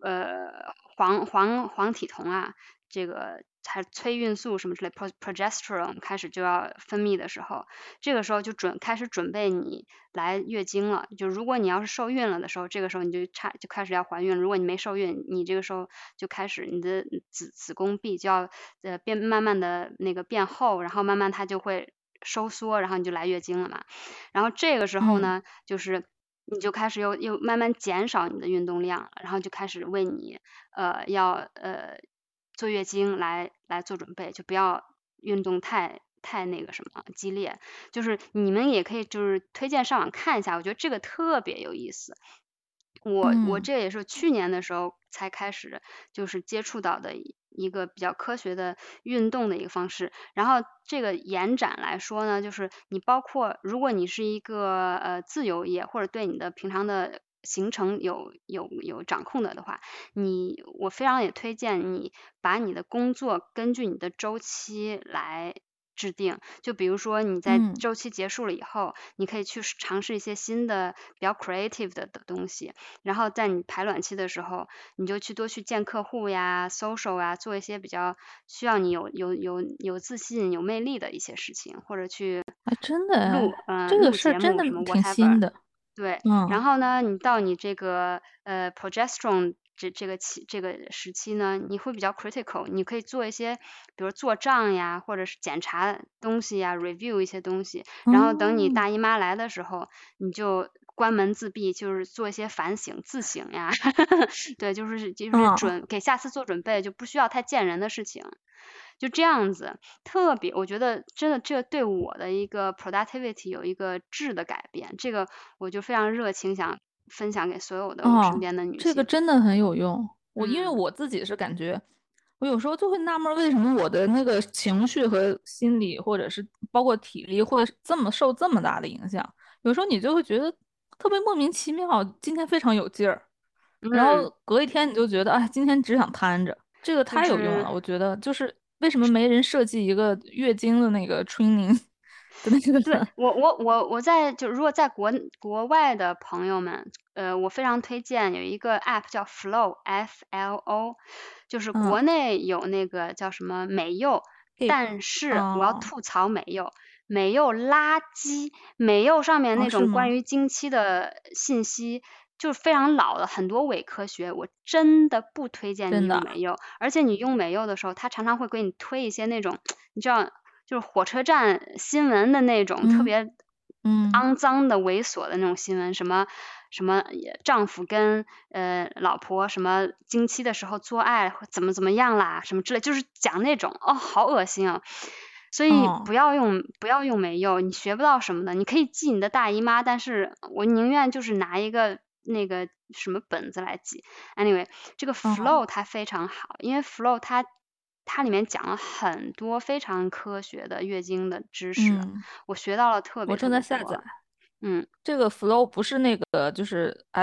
黄体酮啊，这个还催孕素什么之类，progesterone 开始就要分泌的时候，这个时候就开始准备你来月经了。就如果你要是受孕了的时候，这个时候你就开始要怀孕；如果你没受孕，你这个时候就开始你的子宫壁就要慢慢的那个变厚，然后慢慢它就会收缩，然后你就来月经了嘛。然后这个时候呢，就是你就开始又慢慢减少你的运动量了，然后就开始为你要坐月经来做准备，就不要运动太那个什么激烈。就是你们也可以就是推荐上网看一下，我觉得这个特别有意思。我这也是去年的时候才开始就是接触到的一个比较科学的运动的一个方式。然后这个延展来说呢，就是你包括如果你是一个自由业或者对你的平常的行程有掌控的话，我非常也推荐你把你的工作根据你的周期来制定。就比如说你在周期结束了以后，你可以去尝试一些新的比较 creative 的东西，然后在你排卵期的时候，你就多去见客户呀 social 呀，做一些比较需要你有自信有魅力的一些事情，或者去真的录这个事儿节目什么真的挺 whatever。 新的。 对，然后呢，你到你这个progesterone 这个时期呢，你会比较 critical，你可以做一些，比如做账呀，或者是检查东西呀，review 一些东西，然后等你大姨妈来的时候，你就关门自闭，就是做一些反省、自省呀，对，就是给下次做准备，就不需要太见人的事情。就这样子，特别我觉得真的这对我的一个 productivity 有一个质的改变，这个我就非常热情想分享给所有的我身边的女这个性。 真的很有用。因为我自己是感觉， 我有时候就会纳闷，为什么我的那个情绪和心理，或者是包括体力，会受这么大的影响。有时候你就会觉得特别莫名其妙，今天非常有劲儿，然后嗯， 隔一天你就觉得，哎，今天只想瘫着。这个就是太有用了，我觉得就是为什么没人设计一个月经的那个 training 的那对， 个。 我如果在国外的朋友们，我非常推荐有一个 app 叫 Flow，FLO，就是嗯国内有那个叫什么美柚， ，keep 但是我要哦吐槽美柚，美柚垃圾，美柚上面哦， 那种关是吗？ 于经期的信息就是非常老的，很多伪科学，我真的不推荐你真的啊。 用美柚，而且你用美柚的时候，它常常会给你推一些那种，你知道。就是火车站新闻的那种特嗯别嗯肮脏的、猥琐的那种新闻，什么丈夫跟老婆什么经期的时候做爱怎么样啦，什么之类，就是讲那种哦，好恶心啊！所以哦不要用美柚，你学不到什么的。你可以记你的大姨妈，但是我宁愿就是拿一个那个什么本子来记。Anyway，这个哦 Flow 它非常好，因为 Flow 它里面讲了很多非常科学的月经的知识， 嗯， 我学到了特别我特正在下载。 别多。嗯， 这个 flow 不是那个，就是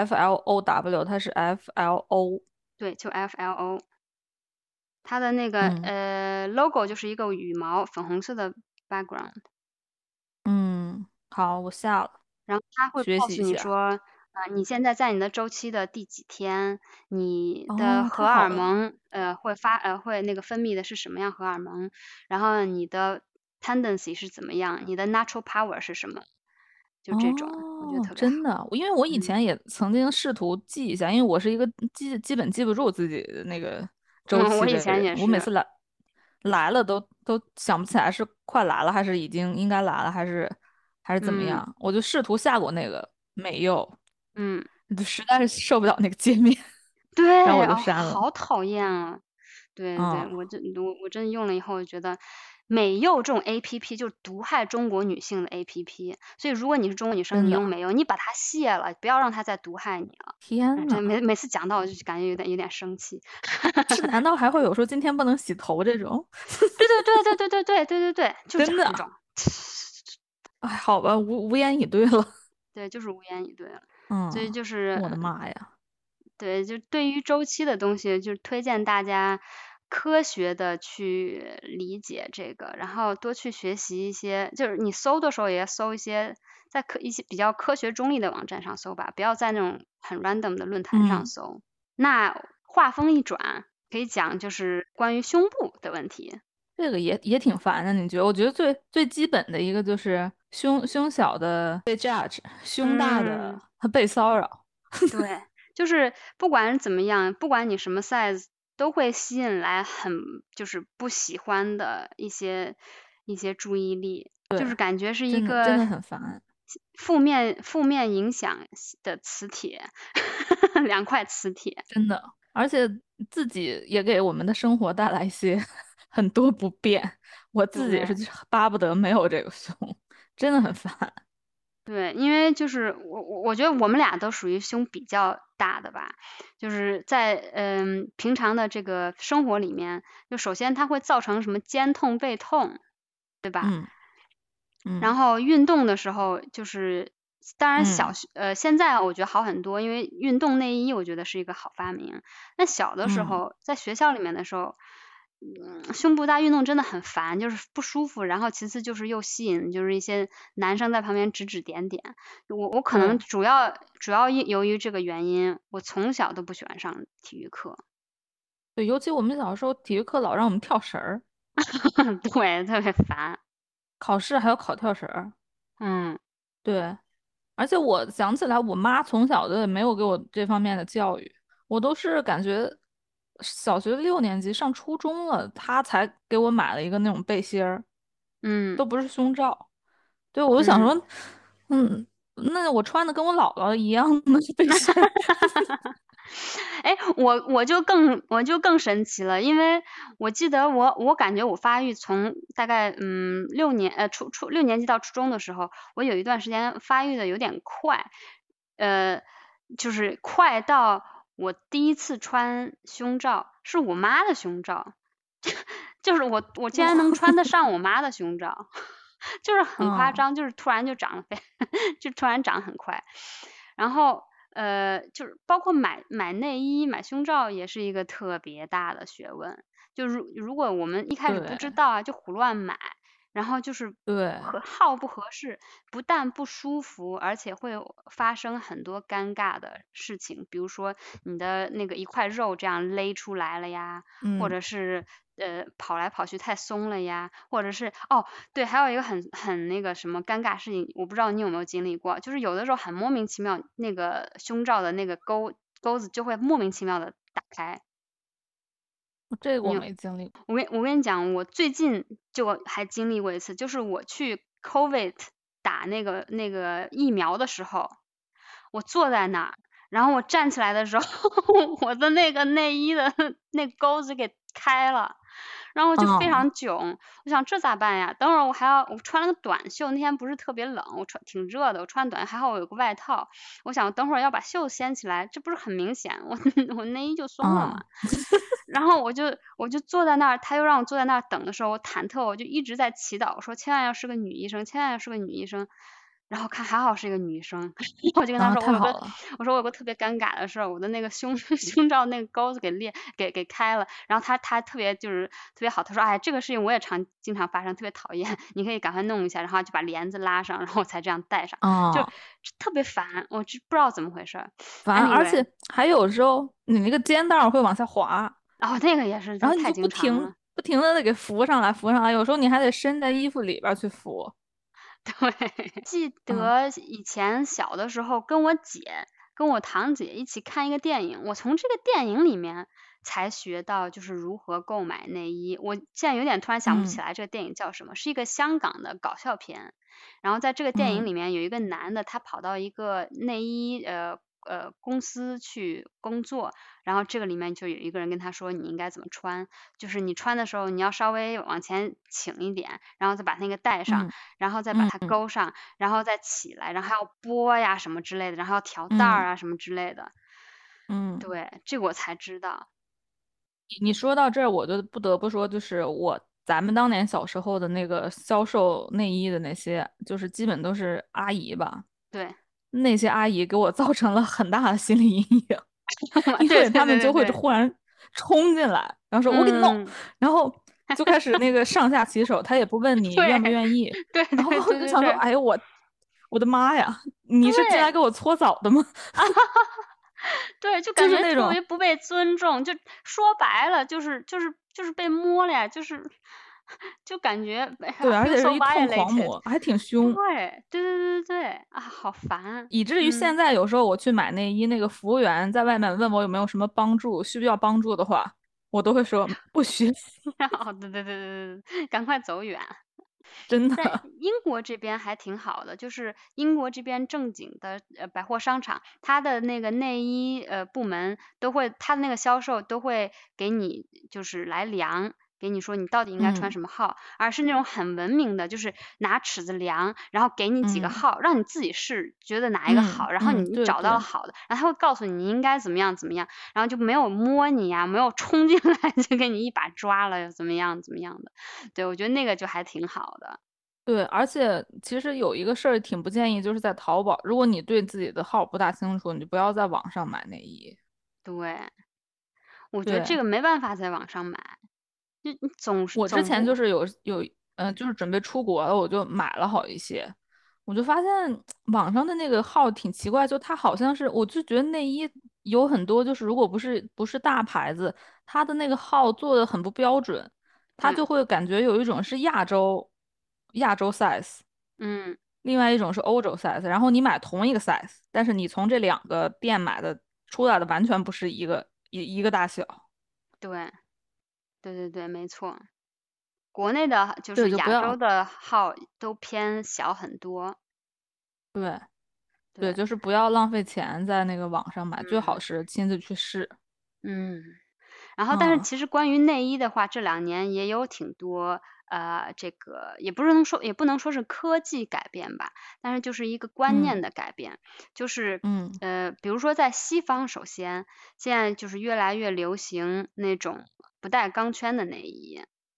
FLOW，它是 FLO。 对，就 FLO，它的那个嗯 logo 就是一个羽毛，粉红色的 background， 嗯，好，我下了， 然后它会学告诉你习一下。 说，你现在在你的周期的第几天，你的哦， 荷太好了。 尔蒙会那个分泌的是什么样荷尔蒙，然后你的 tendency 是怎么样，你的 natural power 是什么，就这种，我觉得哦， 特别好。 真的，因为我以嗯前也曾经试图记一下，因为我是一个基本记不住自己的那个周嗯，我以期的人， 前也是。 我每次来了都想不起来是快来了，还是已经应该来了，还是怎么嗯样，我就试图下过那个没有， 嗯， 就实在是受不了那个界面，然后对， 我就哦， 删了。 好讨厌啊！对对， 嗯， 我真用了以后，我觉得美柚这种 APP 就是毒害中国女性的 APP，所以如果你是中国女生， 真的， 你用美柚，你把它卸了，不要让它再毒害你了。 天呐， 这每次讲到我就感觉有点生气。 是难道还会有说今天不能洗头这种？ 对对对对对对对对对对，就是真的， 讲这种， 哎，好吧，无言以对了。 对，就是无言以对了。所以嗯， 就是我的妈呀， 对，就对于周期的东西，就是推荐大家科学的去理解这个，然后多去学习一些，就是你搜的时候也要搜一些在一些比较科学中立的网站上搜吧，不要在那种很 random 的论坛上嗯。 搜。那话锋一转，可以讲就是关于胸部的问题。 这个也挺烦的，你觉得？我觉得最基本的一个就是胸小的被 judge，胸大嗯， 的被骚扰。 对，就是不管怎么样，不管你什么 size，都会吸引来就是不喜欢的一些注意力，就是对， 感觉是一个真的很烦， 负面影响的磁铁，两块磁铁。 真的。而且自己也给我们的生活带来一些很多不便，我自己也是对巴不得没有这个胸，真的很烦。 对，因为就是我觉得我们俩都属于胸比较大的吧，就是在平常的这个生活里面，就首先它会造成什么肩痛背痛，对吧？ 嗯嗯然后运动的时候，就是当然嗯现在我觉得好很多，因为运动内衣我觉得是一个好发明。那小的时嗯， 候在学校里面的时候，胸部大运动真的很烦，就是不舒服。然后其次就是又吸引，就是一些男生在旁边指指点点。我可能对主要由于这个原因，我从小都不喜欢上体育课。 对，尤其我们小时候体育课老让我们跳绳儿， 对，特别烦。 考试还要考跳绳儿。 嗯对，而且我想起来，我妈从小就也没有给我这方面的教育，我都是感觉小学6年级上初中了，她才给我买了一个那种背心儿， 嗯都不是胸罩。对，我就想嗯。 说，嗯，那我穿的跟我姥姥一样的背心儿。 哎，我就更神奇了，因为我记得我感觉我发育从大概6年级到初中的时候，我有一段时间发育的有点快，呃，就是快到我第一次穿胸罩是我妈的胸罩， 就是我竟然能穿得上我妈的胸罩，就是很夸张，就是突然就长了就突然长很快。然后就是包括买内衣、买胸罩也是一个特别大的学问。就如果我们一开始不知道啊，就胡乱买，然后就是对， 号不合适，不但不舒服，而且会发生很多尴尬的事情，比如说你的那个一块肉这样勒出来了呀，或者是跑来跑去太松了呀，或者是对，还有一个很那个什么尴尬事情，我不知道你有没有经历过，就是有的时候很莫名其妙，那个胸罩的那个钩子就会莫名其妙的打开。 这个我没经历过。 我跟你讲，我最近就还经历过一次，就是我去 COVID 打那个疫苗的时候，我坐在那儿，然后我站起来的时候，我的那个内衣的那钩子给开了。然后我就非常囧，我想这咋办呀？等会儿我穿了个短袖，那天不是特别冷，挺热的，我穿短袖，还好我有个外套。我想等会儿要把袖掀起来，这不是很明显，我内衣就松了嘛。然后我就坐在那儿，他又让我坐在那儿等的时候，我忐忑，我就一直在祈祷，我说千万要是个女医生，千万要是个女医生。然后看还好是一个女生，我就跟他说我说我有个特别尴尬的事儿，我的那个胸罩那个钩子给开了。然后他特别好，他说哎这个事情我也经常发生，特别讨厌，你可以赶快弄一下，然后就把帘子拉上，然后才这样戴上，就特别烦，我就不知道怎么回事。 烦，而且还有时候你那个肩带会往下滑， 然后那个也是， 然后你就太经常了， 不停的给扶上来，有时候你还得伸在衣服里边去扶。 对，记得以前小的时候跟我姐跟我堂姐一起看一个电影，我从这个电影里面才学到就是如何购买内衣。我现在有点突然想不起来这个电影叫什么，是一个香港的搞笑片。然后在这个电影里面有一个男的，他跑到一个内衣公司去工作，然后这个里面就有一个人跟他说你应该怎么穿，就是你穿的时候你要稍微往前倾一点，然后再把那个带上，然后再把它勾上，然后再起来，然后还要拨呀什么之类的，然后要调带啊什么之类的。对，这个我才知道。 你说到这儿，我就不得不说，就是咱们当年小时候的那个销售内衣的那些，就是基本都是阿姨吧。 对。 那些阿姨给我造成了很大的心理阴影，因为他们就会忽然冲进来，然后说我给你弄，然后就开始那个上下其手，他也不问你愿不愿意。 对， 然后我就想说，哎呦我的妈呀，你是进来给我搓澡的吗？ 对，就感觉特别不被尊重，就说白了就是被摸了呀，就感觉对，而且是一通狂摸，还挺凶。 对啊，好烦。 以至于现在有时候我去买内衣，那个服务员在外面问我有没有什么帮助，需不需要帮助的话，我都会说不需。 对，赶快走远。 真的。 在英国这边还挺好的，就是英国这边正经的百货商场，它的那个内衣部门它的那个销售都会给你就是来量，给你说你到底应该穿什么号，而是那种很文明的，就是拿尺子量，然后给你几个号，让你自己试，觉得哪一个好，然后你找到了好的，然后他会告诉你应该怎么样，然后就没有摸你呀，没有冲进来就给你一把抓了，怎么样的。对，我觉得那个就还挺好的。 对，而且其实有一个事儿挺不建议，就是在淘宝，如果你对自己的号不大清楚，你就不要在网上买内衣。 对，我觉得这个没办法在网上买，就我之前就是就是准备出国了，我就买了好一些，我就发现网上的那个号挺奇怪，就它好像是，我就觉得内衣有很多，就是如果不是大牌子，它的那个号做的很不标准，它就会感觉有一种是亚洲size，另外一种是欧洲 size，然后你买同一个 size，但是你从这两个店买的出来的完全不是一个大小。 对，没错。国内的就是亚洲的号都偏小很多。 对，就是不要浪费钱在那个网上买，最好是亲自去试。 然后但是其实关于内衣的话，这2年也有挺多这个也不能说是科技改变吧，但是就是一个观念的改变，就是比如说在西方，首先现在就是越来越流行那种不带钢圈的内衣。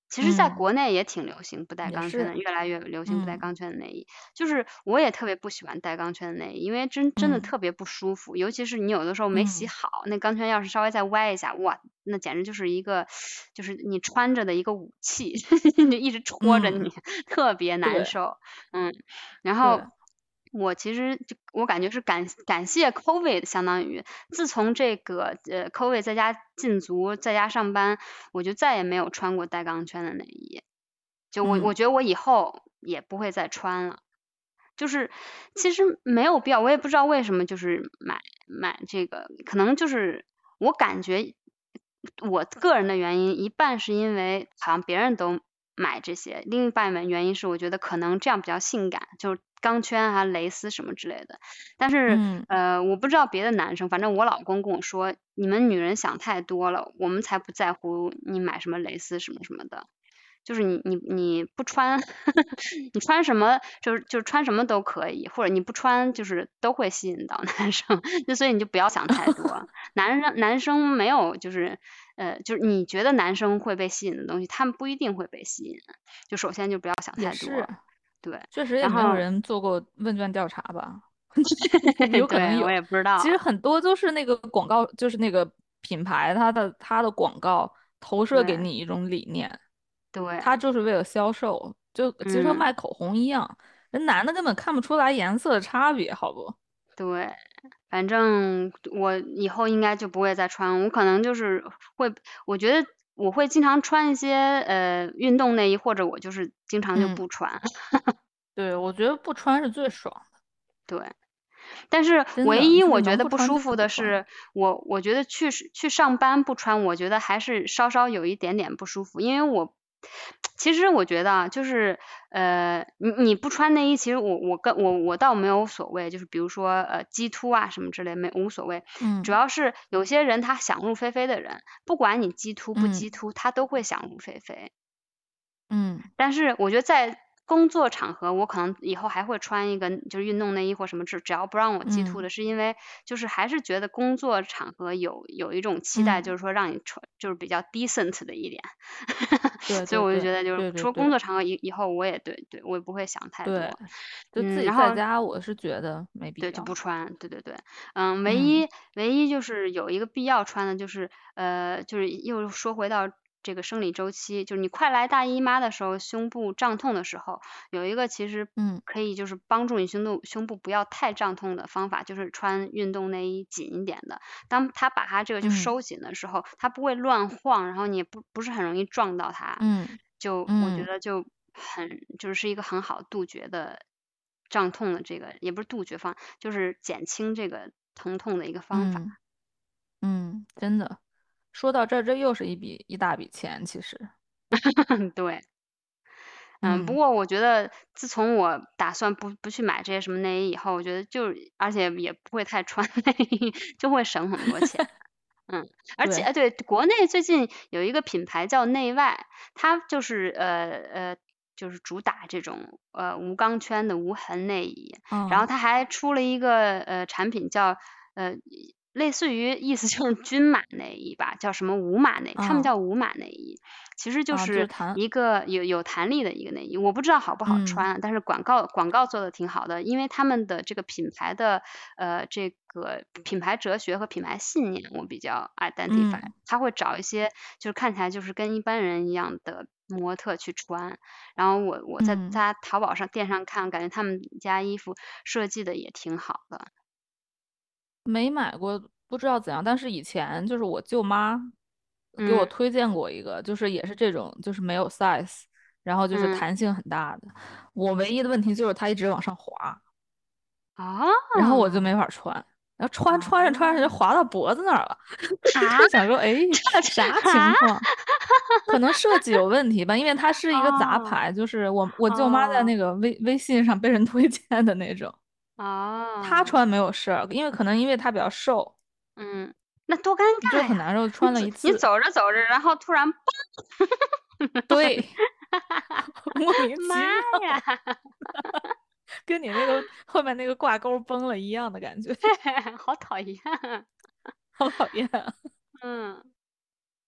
其实在国内也挺流行不带也钢圈的， 是， 越来越流行不带钢圈的内衣。就是我也特别不喜欢带钢圈的内衣，因为真的特别不舒服，尤其是你有的时候没洗好，那钢圈要是稍微再歪一下，哇，那简直就是一个，就是你穿着的一个武器，就一直戳着你，特别难受。然后我其实我感觉是感谢 COVID， 相当于自从这个COVID 在家禁足，在家上班，我就再也没有穿过带钢圈的内衣。就我觉得我以后也不会再穿了。就是其实没有必要，我也不知道为什么，就是买这个，可能就是我感觉我个人的原因，一半是因为好像别人都买这些，另一半原因是我觉得可能这样比较性感，就是钢圈啊、蕾丝什么之类的。但是我不知道别的男生，反正我老公跟我说，你们女人想太多了，我们才不在乎你买什么蕾丝什么什么的。就是你不穿你穿什么就是穿什么都可以，或者你不穿就是都会吸引到男生，所以你就不要想太多。男生没有就是就是你觉得男生会被吸引的东西，他们不一定会被吸引。就首先就不要想太多。对， 确实也然后没有人做过问卷调查吧？有可能对，我有。 也不知道。 其实很多都是那个广告，就是那个品牌它的广告投射给你一种理念， 对， 它就是为了销售，就其实和卖口红一样，人男的根本看不出来颜色的差别，好不？ 对，反正我以后应该就不会再穿，我可能就是会，我觉得我会经常穿一些运动内衣，或者我就是经常就不穿。 对，我觉得不穿是最爽的， 对，但是真的， 唯一就是我觉得能不穿就不舒服不穿。 的是，我觉得去上班不穿，我觉得还是稍稍有一点点不舒服，因为其实我觉得啊，就是你不穿内衣，其实我倒没有所谓，就是比如说鸡突啊什么之类无所谓，主要是有些人他想入非非的人，不管你鸡突不鸡突，他都会想入非非。但是我觉得在工作场合，我可能以后还会穿一个就是运动内衣或什么，只要不让我激突的，是因为就是还是觉得工作场合有一种期待，就是说让你穿就是比较 decent 的一点。 对所以我就对对觉得就是对对对说工作场合以后我也对我也不会想太对， 多。 就自己然后在家，我是觉得没必对，就不要。 穿，对，唯一就是有一个必要穿的，就是就是又说回到这个生理周期，就是你快来大姨妈的时候，胸部胀痛的时候，有一个其实可以就是帮助你胸部不要太胀痛的方法，就是穿运动内衣紧一点的。当它把它这个就收紧的时候，它不会乱晃，然后你也不是很容易撞到它。就我觉得就是一个很好杜绝的胀痛的这个，也不是杜绝就是减轻这个疼痛的一个方法。 真的，说到这儿，这又是一大笔钱，其实。 对，不过我觉得自从我打算不去买这些什么内衣以后，我觉得而且也不会太穿内衣，就会省很多钱。而且对，国内最近有一个品牌叫内外，它就是就是主打这种无钢圈的无痕内衣，然后它还出了一个产品叫类似于意思就是均码内衣吧，叫什么无码内，他们叫无码内衣，其实就是一个有弹力的一个内衣，我不知道好不好穿，但是广告做的挺好的，因为他们的这个品牌的这个品牌哲学和品牌信念我比较 identify，他会找一些就是看起来就是跟一般人一样的模特去穿，然后我在淘宝上店上看，感觉他们家衣服设计的也挺好的。 没买过，不知道怎样，但是以前就是我舅妈给我推荐过一个，就是也是这种，就是没有 size，然后就是弹性很大的。我唯一的问题就是它一直往上滑，然后我就没法穿，然后穿着就滑到脖子那儿了，就想说，哎，啥情况？可能设计有问题吧，因为它是一个杂牌，就是我舅妈在那个微信上被人推荐的那种。他穿没有事儿，可能因为他比较瘦， 那多尴尬呀！ 就很难受，穿了一你次， 走着走着，然后突然嘣， 对，莫名其妈呀， 跟你那个后面那个挂钩崩了一样的感觉， 好讨厌， 好讨厌啊。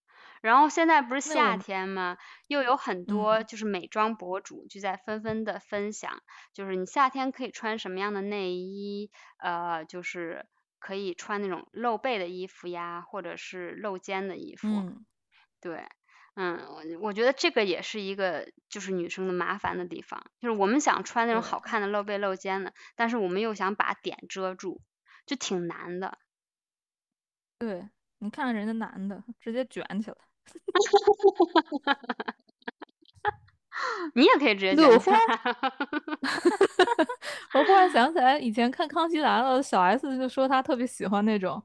然后现在不是夏那我天吗？又有很多嗯就是美妆博主就在纷纷的分享，就是你夏天可以穿什么样的内衣，就是可以穿那种露背的衣服呀，或者是露肩的衣服。 嗯， 对，我觉得这个也是一个就是女生的麻烦的地方，就是我们想穿那种对好看的露背露肩的，但是我们又想把点遮住，就挺难的。 对，你看看人家男的直接卷起来。 你也可以直接对， 卷起来。 我忽然想起来，以前看《康熙来了》，小 S 就说她特别喜欢那种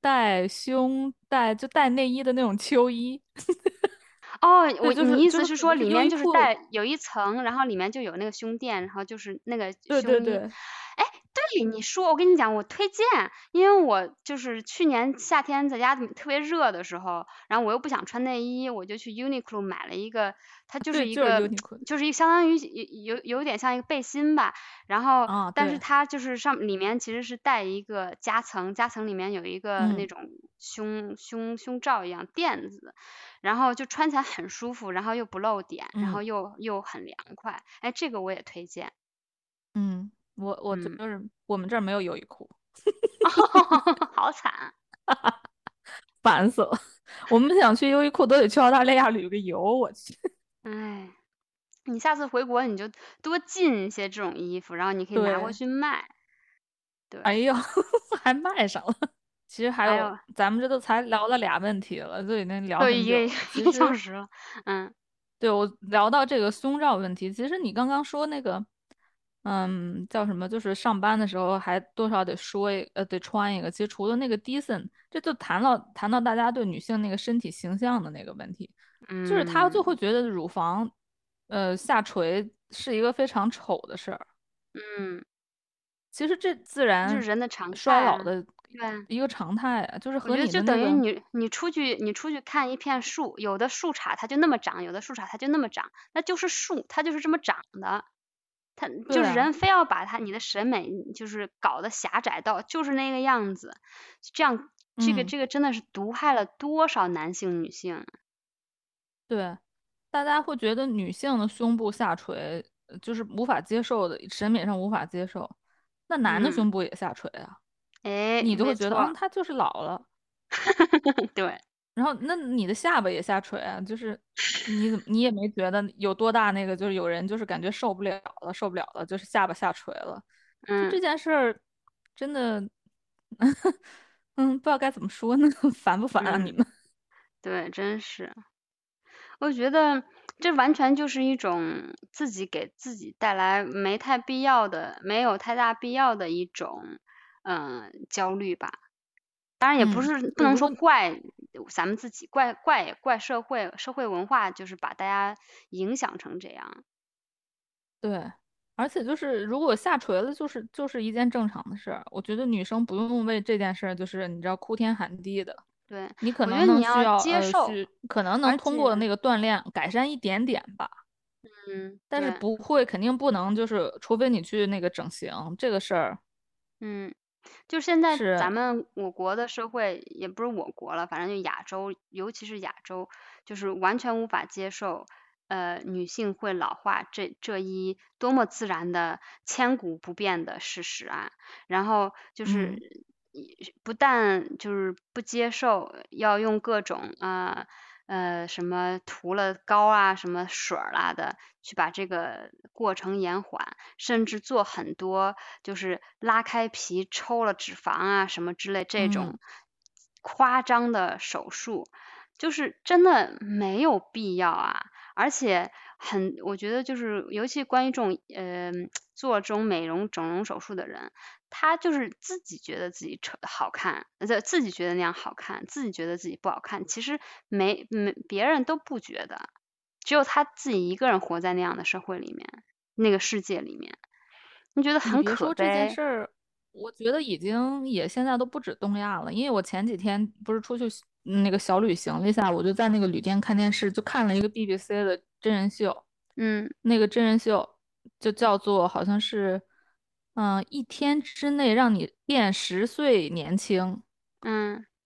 带内衣的那种秋衣， 哦， 对， 你意思是说可能是里面就是优衣库， 带有一层，然后里面就有那个胸垫，然后就是那个胸衣。 对对对， 哎，对，你说，我跟你讲，我推荐，因为我就是去年夏天在家特别热的时候，然后我又不想穿内衣，我就去 Uniqlo 买了一个，它就是对，就是一个， Uniqlo 就是一个相当于有点像一个背心吧，然后啊， 但是对， 它就是里面其实是带一个夹层，夹层里面有一个那嗯种胸罩一样垫子。然后就穿起来很舒服，然后又不露点，然嗯后又很凉快。哎，这个我也推荐。 嗯，我就嗯， 是我们这儿没有优衣库， 好惨。 烦死了。我们想去优衣库都得去澳大利亚旅个游，我去。 哎，你下次回国你就多进一些这种衣服，然后你可以拿过对， 去卖。对， 哎呦，还卖上了。其实还有， 还有咱们这都才聊了俩问题了，就已经聊都很久了。 一个小其实， 时了。嗯对，我聊到这个胸罩问题，其实你刚刚说那个，叫什么？就是上班的时候还多少得穿一个。其实除了那个 decent，这就谈到大家对女性那个身体形象的那个问题，就是他就会嗯觉得乳房，下垂是一个非常丑的事儿。 嗯， 其实这自然就是人的常态啊。 衰老的对啊， 一个常态啊，就是和我觉得你的那个， 就等于你出去看一片树，有的树杈它就那么长，有的树杈它就那么长，那就是树，它就是这么长的。他就是对啊， 人非要把你的审美就是搞得狭窄到就是那个样子，这样嗯， 这个真的是毒害了多少男性女性啊。 对，大家会觉得女性的胸部下垂就是无法接受的，审美上无法接受，那男的嗯， 胸部也下垂啊， 哎， 你就会觉得， 没错。 他就是老了， 对， 然后那你的下巴也下垂啊，就是你也没觉得有多大那个，就是有人就是感觉受不了了，就是下巴下垂了，就这嗯， 件事儿真的，不知道该怎么说呢，烦不烦啊你嗯， 们？ 对，真是。我觉得这完全就是一种自己给自己带来没有太大必要的一种焦虑吧。当然也不嗯， 是不对， 能如果说怪咱们自己，怪社会文化，就是把大家影响成这样。 对，而且就是如果下垂了，就是一件正常的事儿。我觉得女生不用为这件事儿，就是你知道哭天喊地的， 对， 你可我觉得能能需你要要接受， 可能能而且通过那个锻炼改善一点点吧，但是对， 肯定不能就是除非你去那个整形这个事儿嗯。就现在是我国的社会，也不是我国了，反正就亚洲，尤其是亚洲，就是完全无法接受，女性会老化这一多么自然的千古不变的事实啊。然后就是嗯不但就是不接受，要用各种什么涂了膏啊，什么水儿啦的，去把这个过程延缓，甚至做很多就是拉开皮、抽了脂肪啊什么之类这嗯， 种夸张的手术，就是真的没有必要啊。而且我觉得就是尤其关于这种做这种美容整容手术的人，他就是自己觉得自己好看，自己觉得那样好看，自己觉得自己不好看，其实别人都不觉得，只有他自己一个人活在那样的社会里面，那个世界里面，你觉得你很别说这件可悲。 事儿，我觉得也现在都不止东亚了，因为我前几天不是出去那个小旅行了一下，我就在那个旅店看电视，就看了一个 BBC 的真人秀， 嗯那个真人秀就叫做好像是，一天之内让你变10岁年轻， 嗯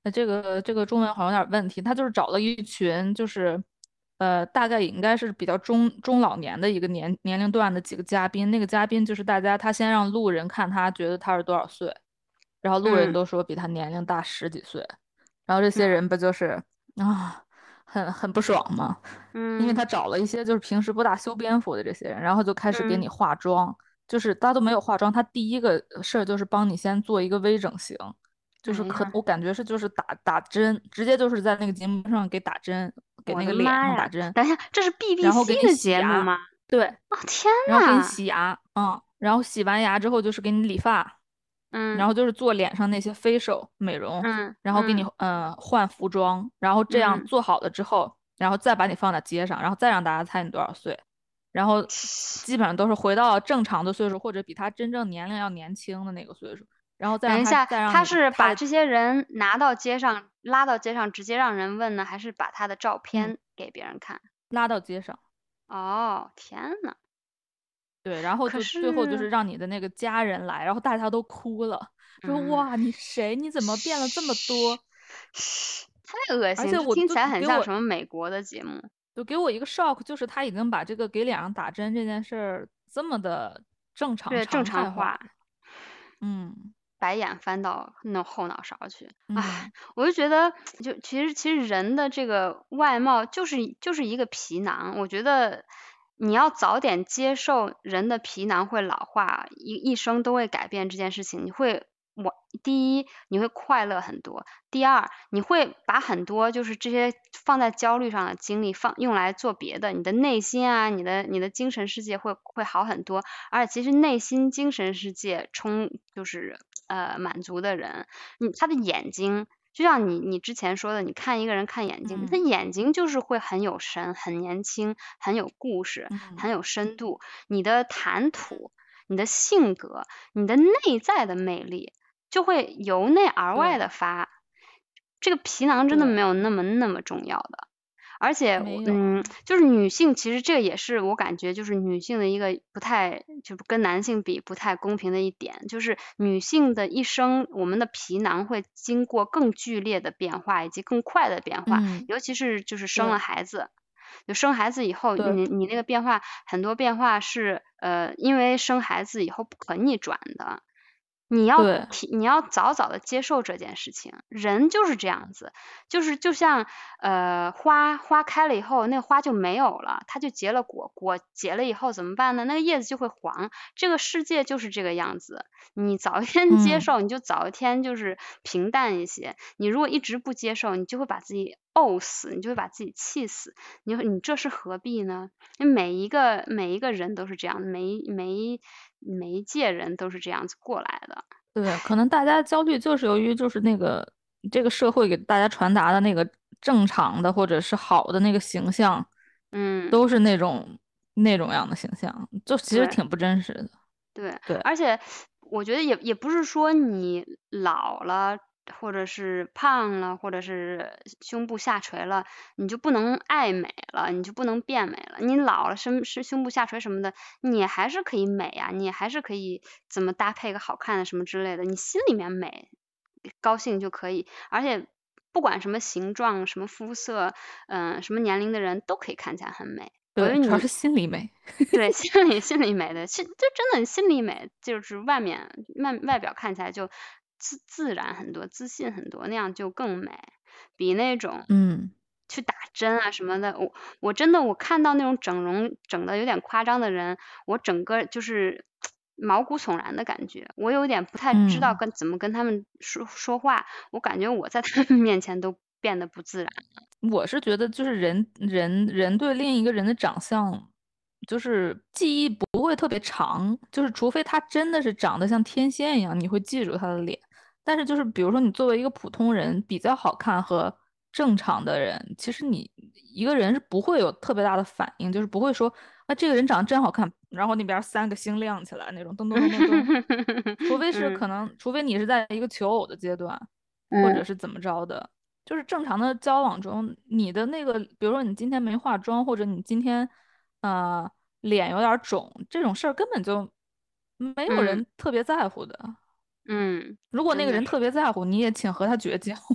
这个中文好像有点问题，他就是找了一群就是大概也应该是比较中老年的一个年龄段的几个嘉宾，那个嘉宾就是他先让路人看他觉得他是多少岁，然后路人嗯都说比他年龄大十几岁，然后这些人不就是啊很不爽吗？因为嗯他找了一些就是平时不大修边幅的这些人，然后就开始给嗯， 你化妆，就是大家都没有化妆，他第一个事儿就是帮你先做一个微整形，就是哎呀， 我感觉就是打针，直接就是在那个节目上给打针，给我的那个脸妈呀！ 上打针， 等一下，这是然后 BBC 给你的洗牙， 节目吗？ 对， 哦天然后给你呐， 洗牙，然后洗完牙之后就是给你理发，然嗯后就是做脸上那些 facial 美容，然后给你嗯嗯换服装，然后这样嗯， 做好了之后，然后再把你放在街上，然后再让大家猜你多少岁，然后基本上都是回到正常的岁数，或者比他真正年龄要年轻的那个岁数，然后等一下， 再让他你他的是把这些人拿到街上，拉到街上，直接让人问呢，还是把他的照嗯片给别人看？ 拉到街上。 哦，天呐， 对，然后可就最后就是， 是让你的那个家人来，然后大家都哭了，说嗯， 哇，你谁？你怎么变了这么嘘多？ 嘘，太恶心， 而且我就这听起来很给我像什么美国的节目。 就给我一个 shock，就是他已经把这个给脸上打针这件事儿这么的正常对，正常常化， 态化了。嗯白眼翻到那后脑勺去。唉， 嗯， 我就觉得，其实人的这个外貌就是一个皮囊，我觉得你要早点接受人的皮囊会老化，一生都会改变这件事情，第一你会快乐很多，第二你会把很多就是这些放在焦虑上的精力用来做别的，你的内心啊，你的精神世界会好很多。而且其实内心精神世界就是满足的人，他的眼睛就像你之前说的，你看一个人看眼睛，他嗯眼睛就是会很有神、很年轻、很有故事、 嗯很有深度。你的谈吐、你的性格、你的内在的魅力，就会由内而外对的发。这个皮囊真的没对， 有那么重要的。而且没有， 就是女性，其实这个也是我感觉就是女性的一个不太，就是跟男性比不太公平的一点，就是女性的一生，我们的皮囊会经过更剧烈的变化以及更快的变化， 嗯， 尤其是就是生了对孩子。就生孩子以后， 对你那个变化，很多变化是因为生孩子以后不可逆转的， 对， 你要早早的接受这件事情，人就是这样子，就像花开了以后，那个花就没有了，它就结了果，果结了以后怎么办呢？那个叶子就会黄，这个世界就是这个样子，你早一天接嗯。 受，你就早一天就是平淡一些，你如果一直不接受，你就会把自己怄死，你就会把自己气死，你这是何必呢？因为每一个人都是这样，每一届人都是这样子过来的。 对，可能大家焦虑就是由于就是这个社会给大家传达的那个正常的或者是好的那个形象， 嗯， 都是那种样的形象，就其实对挺不真实的。 对， 对， 而且我觉得也不是说你老了，或者是胖了，或者是胸部下垂了，你就不能爱美了，你就不能变美了。你老了，胸部下垂什么的，你还是可以美呀，你还是可以怎么搭配个好看的什么之类的，你心里面美，高兴就可以。而且不管什么形状、什么肤色，什么年龄的人都可以看起来很美。我觉对， 得你主要是心理美。 对，心里美的，就真的心里美，就是外表看起来就自然很多，自信很多，那样就更美，比那种嗯去打针啊什么的，我真的我看到那种整容整的有点夸张的人，我整个就是毛骨悚然的感觉，我有点不太知道嗯， 怎么跟他们说话，我感觉我在他们面前都变得不自然。 我是觉得就是人对另一个人的长相，就是记忆不会特别长，就是除非他真的是长得像天仙一样，你会记住他的脸。但是就是比如说你作为一个普通人，比较好看和正常的人，其实你一个人是不会有特别大的反应，就是不会说啊这个人长得真好看，然后那边三个星亮起来那种噔噔噔噔噔，除非是嗯可能，除非你是在一个求偶的阶段，或者嗯是怎么着的。就是正常的交往中，你的那个，比如说你今天没化妆，或者你今天，呃，脸有点肿，这种事儿根本就没有嗯人特别在乎的。 嗯， 如果那个人真的是。 特别在乎，你也请和他绝交。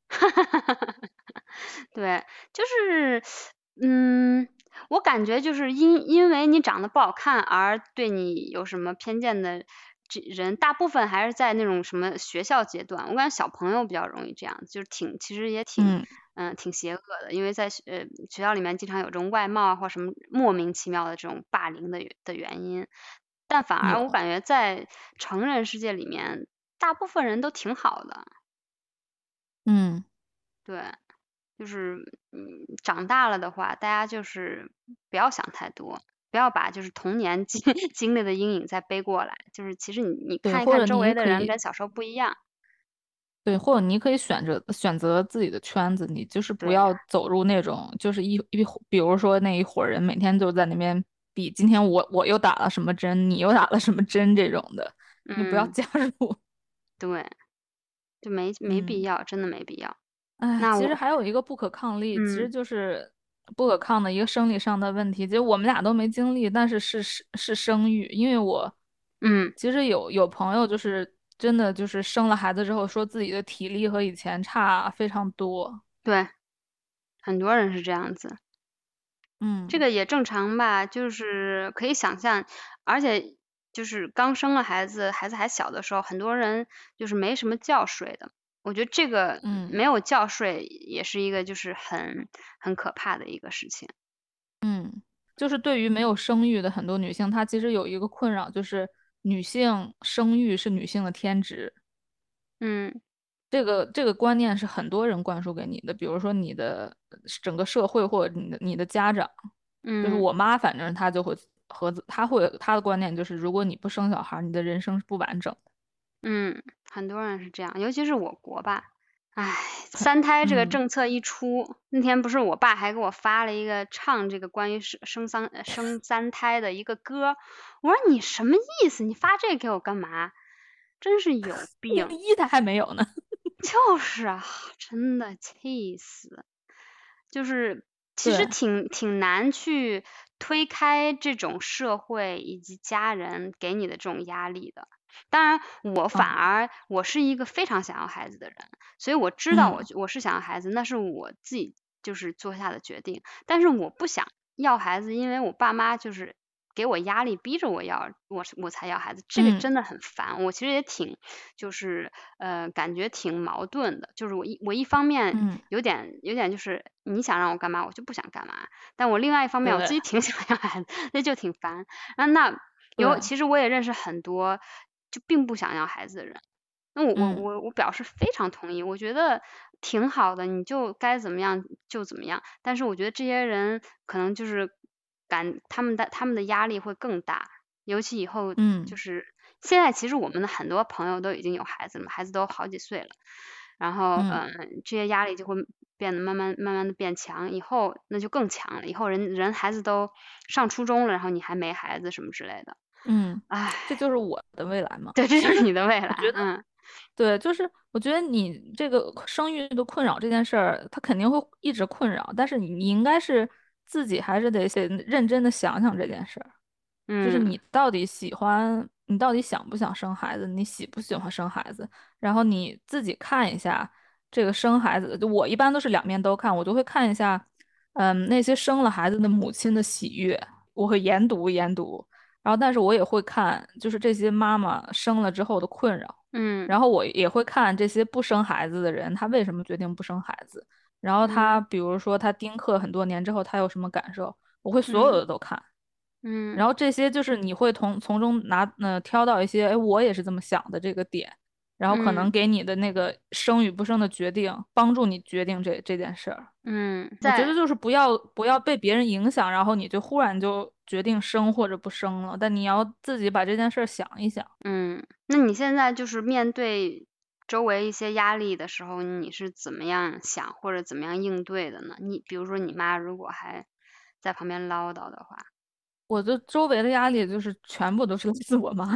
对，就是我感觉就是因为你长得不好看而对你有什么偏见的这人，大部分还是在那种什么学校阶段。我感觉小朋友比较容易这样，就是其实也挺邪恶的，因为在学校里面经常有这种外貌啊或什么莫名其妙的这种霸凌的原因。但反而我有， 感觉在成人世界里面，大部分人都挺好的。 嗯。 对，就是长大了的话，大家就是不要想太多，不要把就是童年经历的阴影再背过来。就是其实你对， 看一或者看周围的你可以， 人跟小时候不一样。 对，或者你可以选择自己的圈子，你就是不对呀， 要走入那种就是比如说那一伙人每天就在那边比，今天我又打了什么针，你又打了什么针这种的，你不要嗯， 加入。 对，就没必嗯。 要，真的没必要。 哎， 那我其实还有一个不可抗力，其实嗯就是不可抗的一个生理上的问题。其实我们俩都没经历，但是生育，因为我嗯， 其实有朋友就是真的就是生了孩子之后，说自己的体力和以前差非常多。 对，很多人是这样子。这嗯个也正常吧，就是可以想象，而且就是刚生了孩子，孩子还小的时候，很多人就是没什么觉睡的。我觉得这个嗯没有觉睡也是一个就是很可怕的一个事情。 嗯，就是对于没有生育的很多女性，她其实有一个困扰，就是女性生育是女性的天职。 嗯这个观念是很多人灌输给你的，比如说你的整个社会或者你的家长，就是嗯我妈，反正她就会她的观念就是，如果你不生小孩，你的人生是不完整的。 嗯，很多人是这样，尤其是我国吧。唉，三胎这个嗯， 政策一出，那天不是我爸还给我发了一个唱这个关于生三胎的一个歌，我说你什么意思？你发这个给我干嘛？真是有病。 一胎还没有呢。 就是啊，真的气死。就是其实对， 挺难去推开这种社会以及家人给你的这种压力的。当然， 嗯我是一个非常想要孩子的人，所以我知道嗯我是想要孩子，那是我自己就是做下的决定。但是我不想要孩子，因为我爸妈就是给我压力，逼着我才要孩子，这个嗯真的很烦。我其实也就是感觉挺矛盾的，就是我一方面嗯， 有点就是你想让我干嘛，我就不想干嘛，但我另外一方面我自对己挺想要孩子，那就挺烦。 对， 其实我也认识很多就并不想要孩子的人，那嗯我表示非常同意，我觉得挺好的，你就该怎么样就怎么样。但是我觉得这些人可能就是他们的压力会更大，尤其以后就嗯是现在，其实我们的很多朋友都已经有孩子了嘛，孩子都好几岁了，然后嗯这些压力就会变得慢慢的变强，以后那就更强了。以后人孩子都上初中了，然后你还没孩子什么之类的， 嗯， 唉， 这就是我的未来嘛。 对，这就其实是你的未来， 我觉得。对，就是我觉得你这个生育的困扰这件事儿，它肯定会一直困扰，但是你应该是自己还是得认真的想想这件事儿，就是嗯你到底喜欢，你到底想不想生孩子，你喜不喜欢生孩子，然后你自己看一下这个生孩子的，就我一般都是两面都看，我就会看一下，那些生了孩子的母亲的喜悦，我会研读研读，然后但是我也会看，就是这些妈妈生了之后的困扰。 嗯然后我也会看这些不生孩子的人，他为什么决定不生孩子，然后他嗯比如说他丁克很多年之后，他有什么感受，我会所有嗯的都看。 嗯然后这些就是你会从中挑到一些，哎，我也是这么想的这个点，然后可能嗯给你的那个生与不生的决定，帮助你决定这件事儿。我觉得就是不要被别人影响，然后你就忽然就决定生或者不生了，但你要自己把这件事儿想一想。 那你现在就是面对周围一些压力的时候，你是怎么样想或者怎么样应对的呢？你比如说你妈如果还在旁边唠叨的话。 我的周围的压力就是全部都是来自我妈。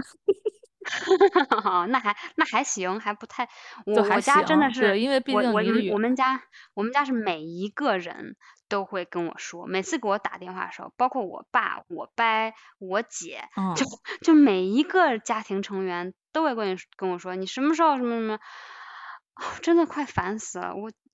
那还行，还不太，我家就还行， 真的是， 对，因为毕竟离得远。 我们家是每一个人都会跟我说，每次给我打电话的时候，包括我爸、我伯、我姐，就嗯就每一个家庭成员都会跟我说，你什么时候什么什么，哦真的快烦死了。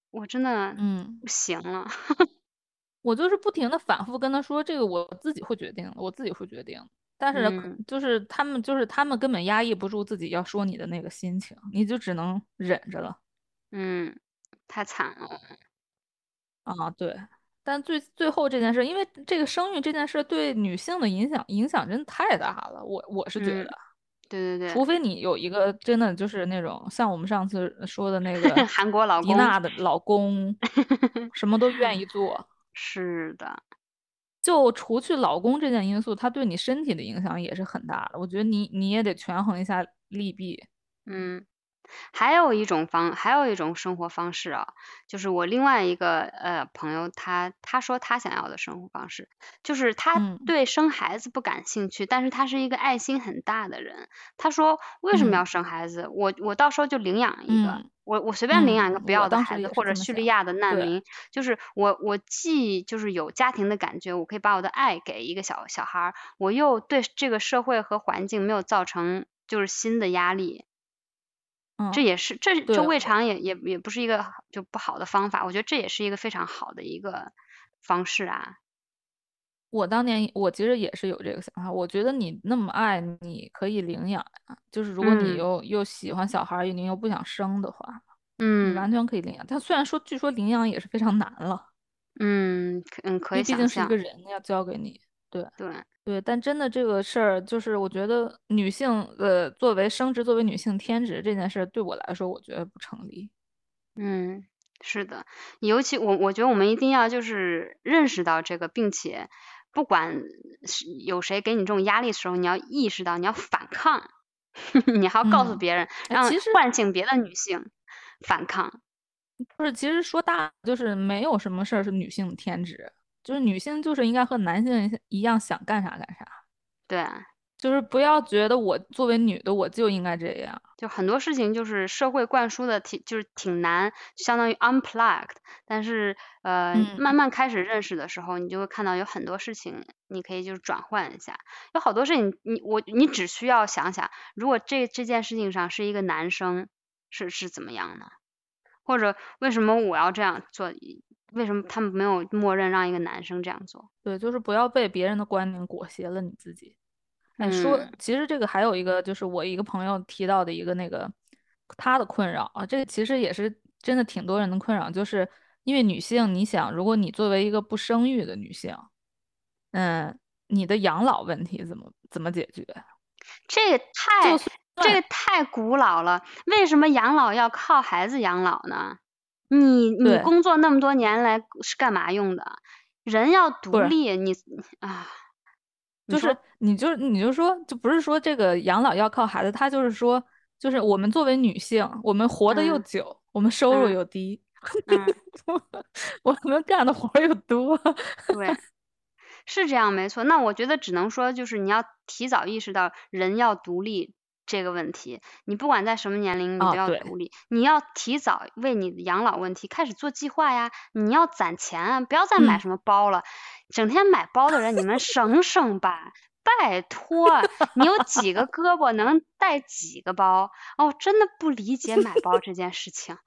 我真的嗯， 不行了。 我就是不停的反复跟他说，这个我自己会决定的，我自己会决定的。但是嗯就是他们根本压抑不住自己要说你的那个心情，你就只能忍着了。 嗯，太惨了。 啊，对。但最后这件事，因为这个生育这件事对女性的影响真的太大了，我是觉嗯， 得。 对对除非你有一个真的就是那种像我们上次说的那个对，韩国老迪公。 娜的老公，什么都愿意做。 是的。 就除去老公这件因素，他对你身体的影响也是很大的。我觉得你也得权衡一下利弊。 嗯。还有一种生活方式啊，就是我另外一个朋友他说他想要的生活方式，就是他嗯对生孩子不感兴趣，但是他是一个爱心很大的人。他说为什么嗯要生孩子？我到时候就领养一个， 嗯我随便领养一个嗯， 不我要的孩子， 当时也是或者这么想。 叙利亚的难对， 民，就是我既就是有家庭的感觉，我可以把我的爱给一个小孩儿，我又对这个社会和环境没有造成就是新的压力。这嗯， 也是这对， 未尝也不是一个就不好的方法，我觉得这也是一个非常好的一个方式啊。 我当年我其实也是有这个想法，我觉得你那么爱，你可以领养呀。就是如果你嗯又喜欢小孩儿，你又不想生的话，你嗯完全可以领养。但虽然说据说领养也是非常难了， 可以毕竟是一个想象。 人要交给你。对。 对。 对，但真的这个事儿，就是我觉得女性作为生殖作为女性天职这件事儿，对我来说，我觉得不成立。 嗯，是的。尤其我觉得我们一定要就是认识到这个，并且不管是有谁给你这种压力的时候，你要意识到你要反抗。你还要告诉嗯， 别人， 哎， 让其实唤醒别的女性反抗。 就是其实说大就是没有什么事儿是女性的天职，就是女性就是应该和男性一样想干啥干啥， 对。 就是不要觉得我作为女的我就应该这样。 就很多事情就是社会灌输的就是挺难，相当于 unplugged。但是嗯慢慢开始认识的时候，你就会看到有很多事情你可以就是转换一下。有好多事情你只需要想想，如果这件事情上是一个男生是怎么样呢？或者为什么我要这样做？为什么他们没有默认让一个男生这样做？ 对，就是不要被别人的观点裹挟了你自己。哎， 嗯其实这个还有一个，就是我一个朋友提到的一个那个他的困扰啊，这个其实也是真的挺多人的困扰，就是因为女性，你想，如果你作为一个不生育的女性，嗯，你的养老问题怎么解决？ 这个就太这个算太古老了，为什么养老要靠孩子养老呢？你对， 工作那么多年来是干嘛用的？人要不是， 独立，啊，你就是说。 你就说，就不是说这个养老要靠孩子，他就是说，就是我们作为女性，我们活得又嗯久，我们收入嗯又低， 嗯， 我们干的活儿又多。 对。是这样没错。那我觉得只能说就是你要提早意识到人要独立这个问题。你不管在什么年龄，你啊， 都要对， 独立。你要提早为你的养老问题开始做计划呀。你要攒钱啊，不要再买嗯。 什么包了。整天买包的人，你们省省吧。拜托，你有几个胳膊能带几个包？哦，真的不理解买包这件事情。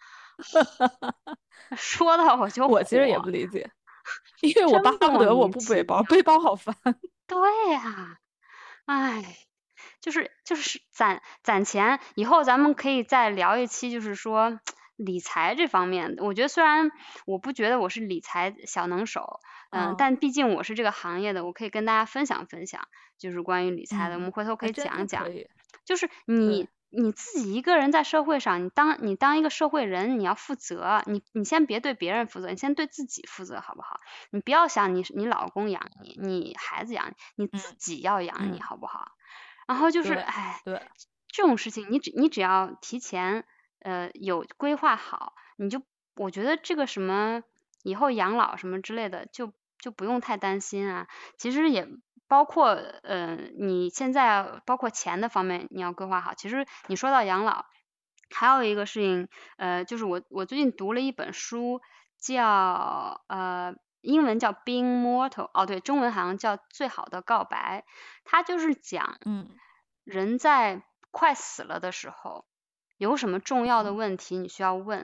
说到我就我其实也火。 不理解，因为我巴真莫不得我名其不背包，背妙。 包好烦。 对呀。唉。就是攒钱，以后咱们可以再聊一期，就是说理财这方面的。我觉得虽然我不觉得我是理财小能手， 嗯但毕竟我是这个行业的，我可以跟大家分享分享，就是关于理财的。我嗯， 们回头可哎， 以真讲一讲。 的可以。 就是对， 你自己一个人在社会上，你当一个社会人，你要负责。你先别对别人负责，你先对自己负责，好不好？你不要想你老公养你，你孩子养你，你自嗯己要养你， 嗯， 好不好？然后就是， 对哎， 对， 这种事情你只要提前有规划好，我觉得这个什么以后养老什么之类的，就不用太担心啊。其实也包括你现在包括钱的方面你要规划好。其实你说到养老，还有一个事情，就是我最近读了一本书，叫英文叫《Being Mortal》，哦对，中文好像叫《最好的告白》。它就是讲嗯人在快死了的时候，有什么重要的嗯问题你需要问。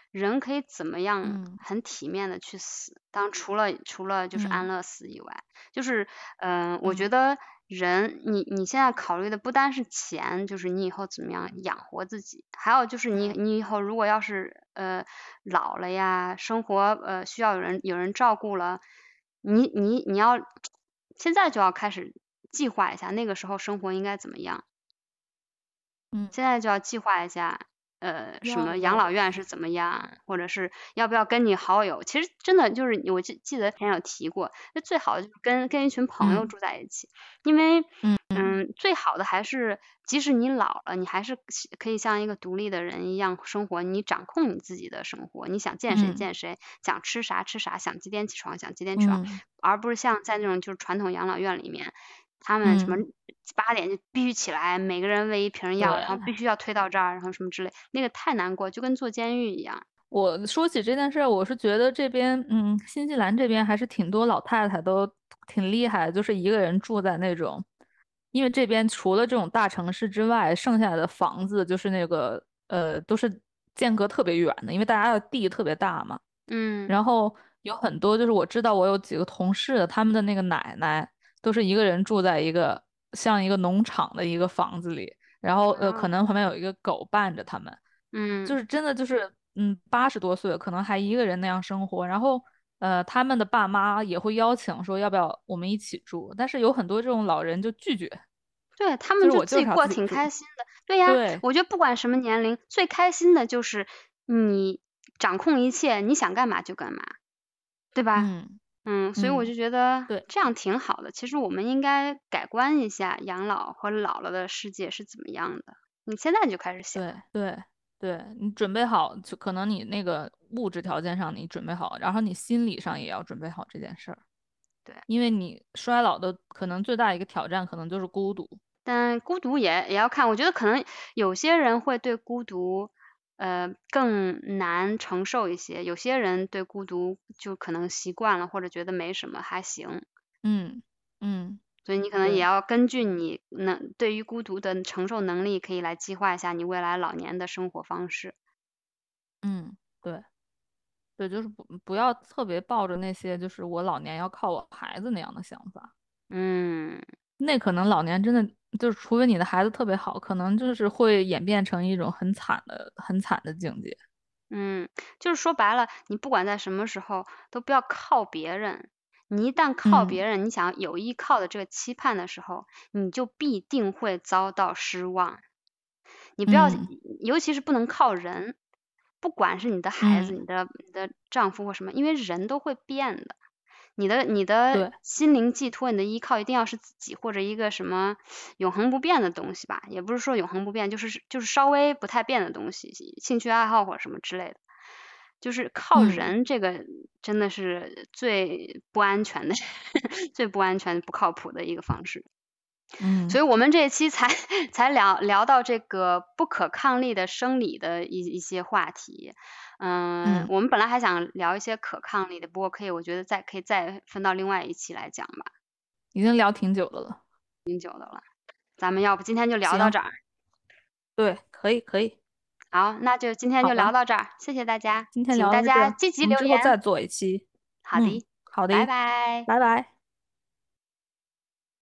人可以怎么样嗯很体面的去死？当然除了就是安嗯乐死以外，就是我觉嗯得人你现在考虑的不单是钱，就是你以后怎么样养活自己，还有就是你以后如果要是老了呀，生活需要有人照顾了，你要现在就要开始计划一下那个时候生活应该怎么样。 嗯， 现在就要计划一下，什么养要的要的， 老院是怎么样，或者是要不要跟你好友，其实真的就是我记得前有提过，那最好的就是跟一群朋友嗯住在一起，因为嗯嗯最好的还是即使你老了，你还是可以像一个独立的人一样生活，你掌控你自己的生活，你想见谁嗯见谁，想吃啥吃啥，想几点起床想几点起床， 嗯而不是像在那种就是传统养老院里面。他们什么嗯， 8点就必须起来，每个人喂一瓶药，然后对。 必须要推到这儿，然后什么之类，那个太难过，就跟坐监狱一样。 我说起这件事儿，我是觉得这边，新西兰这边还是挺多老太太都挺厉害的，就是一个人住在那种，因为这边除了这种大城市之外，剩下的房子就是那个都是间隔特别远的，因为大家的地特别大嘛。 嗯， 然后有很多就是我知道我有几个同事的，他们的那个奶奶都是一个人住在一个像一个农场的一个房子里，然后可啊， 能旁边有一个狗伴着他们。就嗯， 是真的就是80多岁了可能还一个人那样生活，然后他们的爸妈也会邀请说要不要我们一起住，但是有很多这种老人就拒绝， 对，他就们就是我就是要自己过挺自己住。 开心的。对呀， 对， 我觉得不管什么年龄，最开心的就是你掌控一切，你想干嘛就干嘛，对吧？ 嗯所以我嗯， 就觉得对这样挺好的。其实我们应该改观一下养老和老了的世界是怎么样的。你现在就开始想， 对对对，你准备好，就可能你那个物质条件上你准备好，然后你心理上也要准备好这件事儿， 对。 因为你衰老的可能最大一个挑战可能就是孤独。 但孤独也要看，我觉得可能有些人会对孤独，更难承受一些，有些人对孤独就可能习惯了，或者觉得没什么，还行。 嗯嗯， 所以你可能也对， 要根据你对于孤独的承受能力，可以来计划一下你未来老年的生活方式。 嗯对。对，就是不要特别抱着那些就是我老年要靠我孩子那样的想法， 嗯。 那可能老年真的就是除非你的孩子特别好，可能就是会演变成一种很惨的境界。 嗯，就是说白了，你不管在什么时候都不要靠别人。你一旦靠别嗯人，你想有依靠的这个期盼的时候，你就必定会遭到失望。你不要， 嗯尤其是不能靠人，不管是你的孩子、 嗯， 你的丈夫或什么，因为人都会变的。你的对， 心灵寄托、你的依靠一定要是自己或者一个什么永恒不变的东西吧，也不是说永恒不变，就是稍微不太变的东西，兴趣爱好或者什么之类的。就是靠嗯人这个真的是最不安全的最不安全、不靠谱的一个方式。所嗯以我们这一期才才聊到这个不可抗力的生理的一些话题。 嗯， 我们本来还想聊一些可抗力的，不过我觉得可以再分到另外一期来讲吧， 已经聊挺久的了。 挺久的了。咱们要不今天就聊到行， 这儿？ 对，可以可以， 好，那就今天就聊好吧， 到这儿，谢谢大家， 今天请聊到这， 大家积极我们留言。 之后再做一期。 好的， 好的， 拜拜。 拜拜。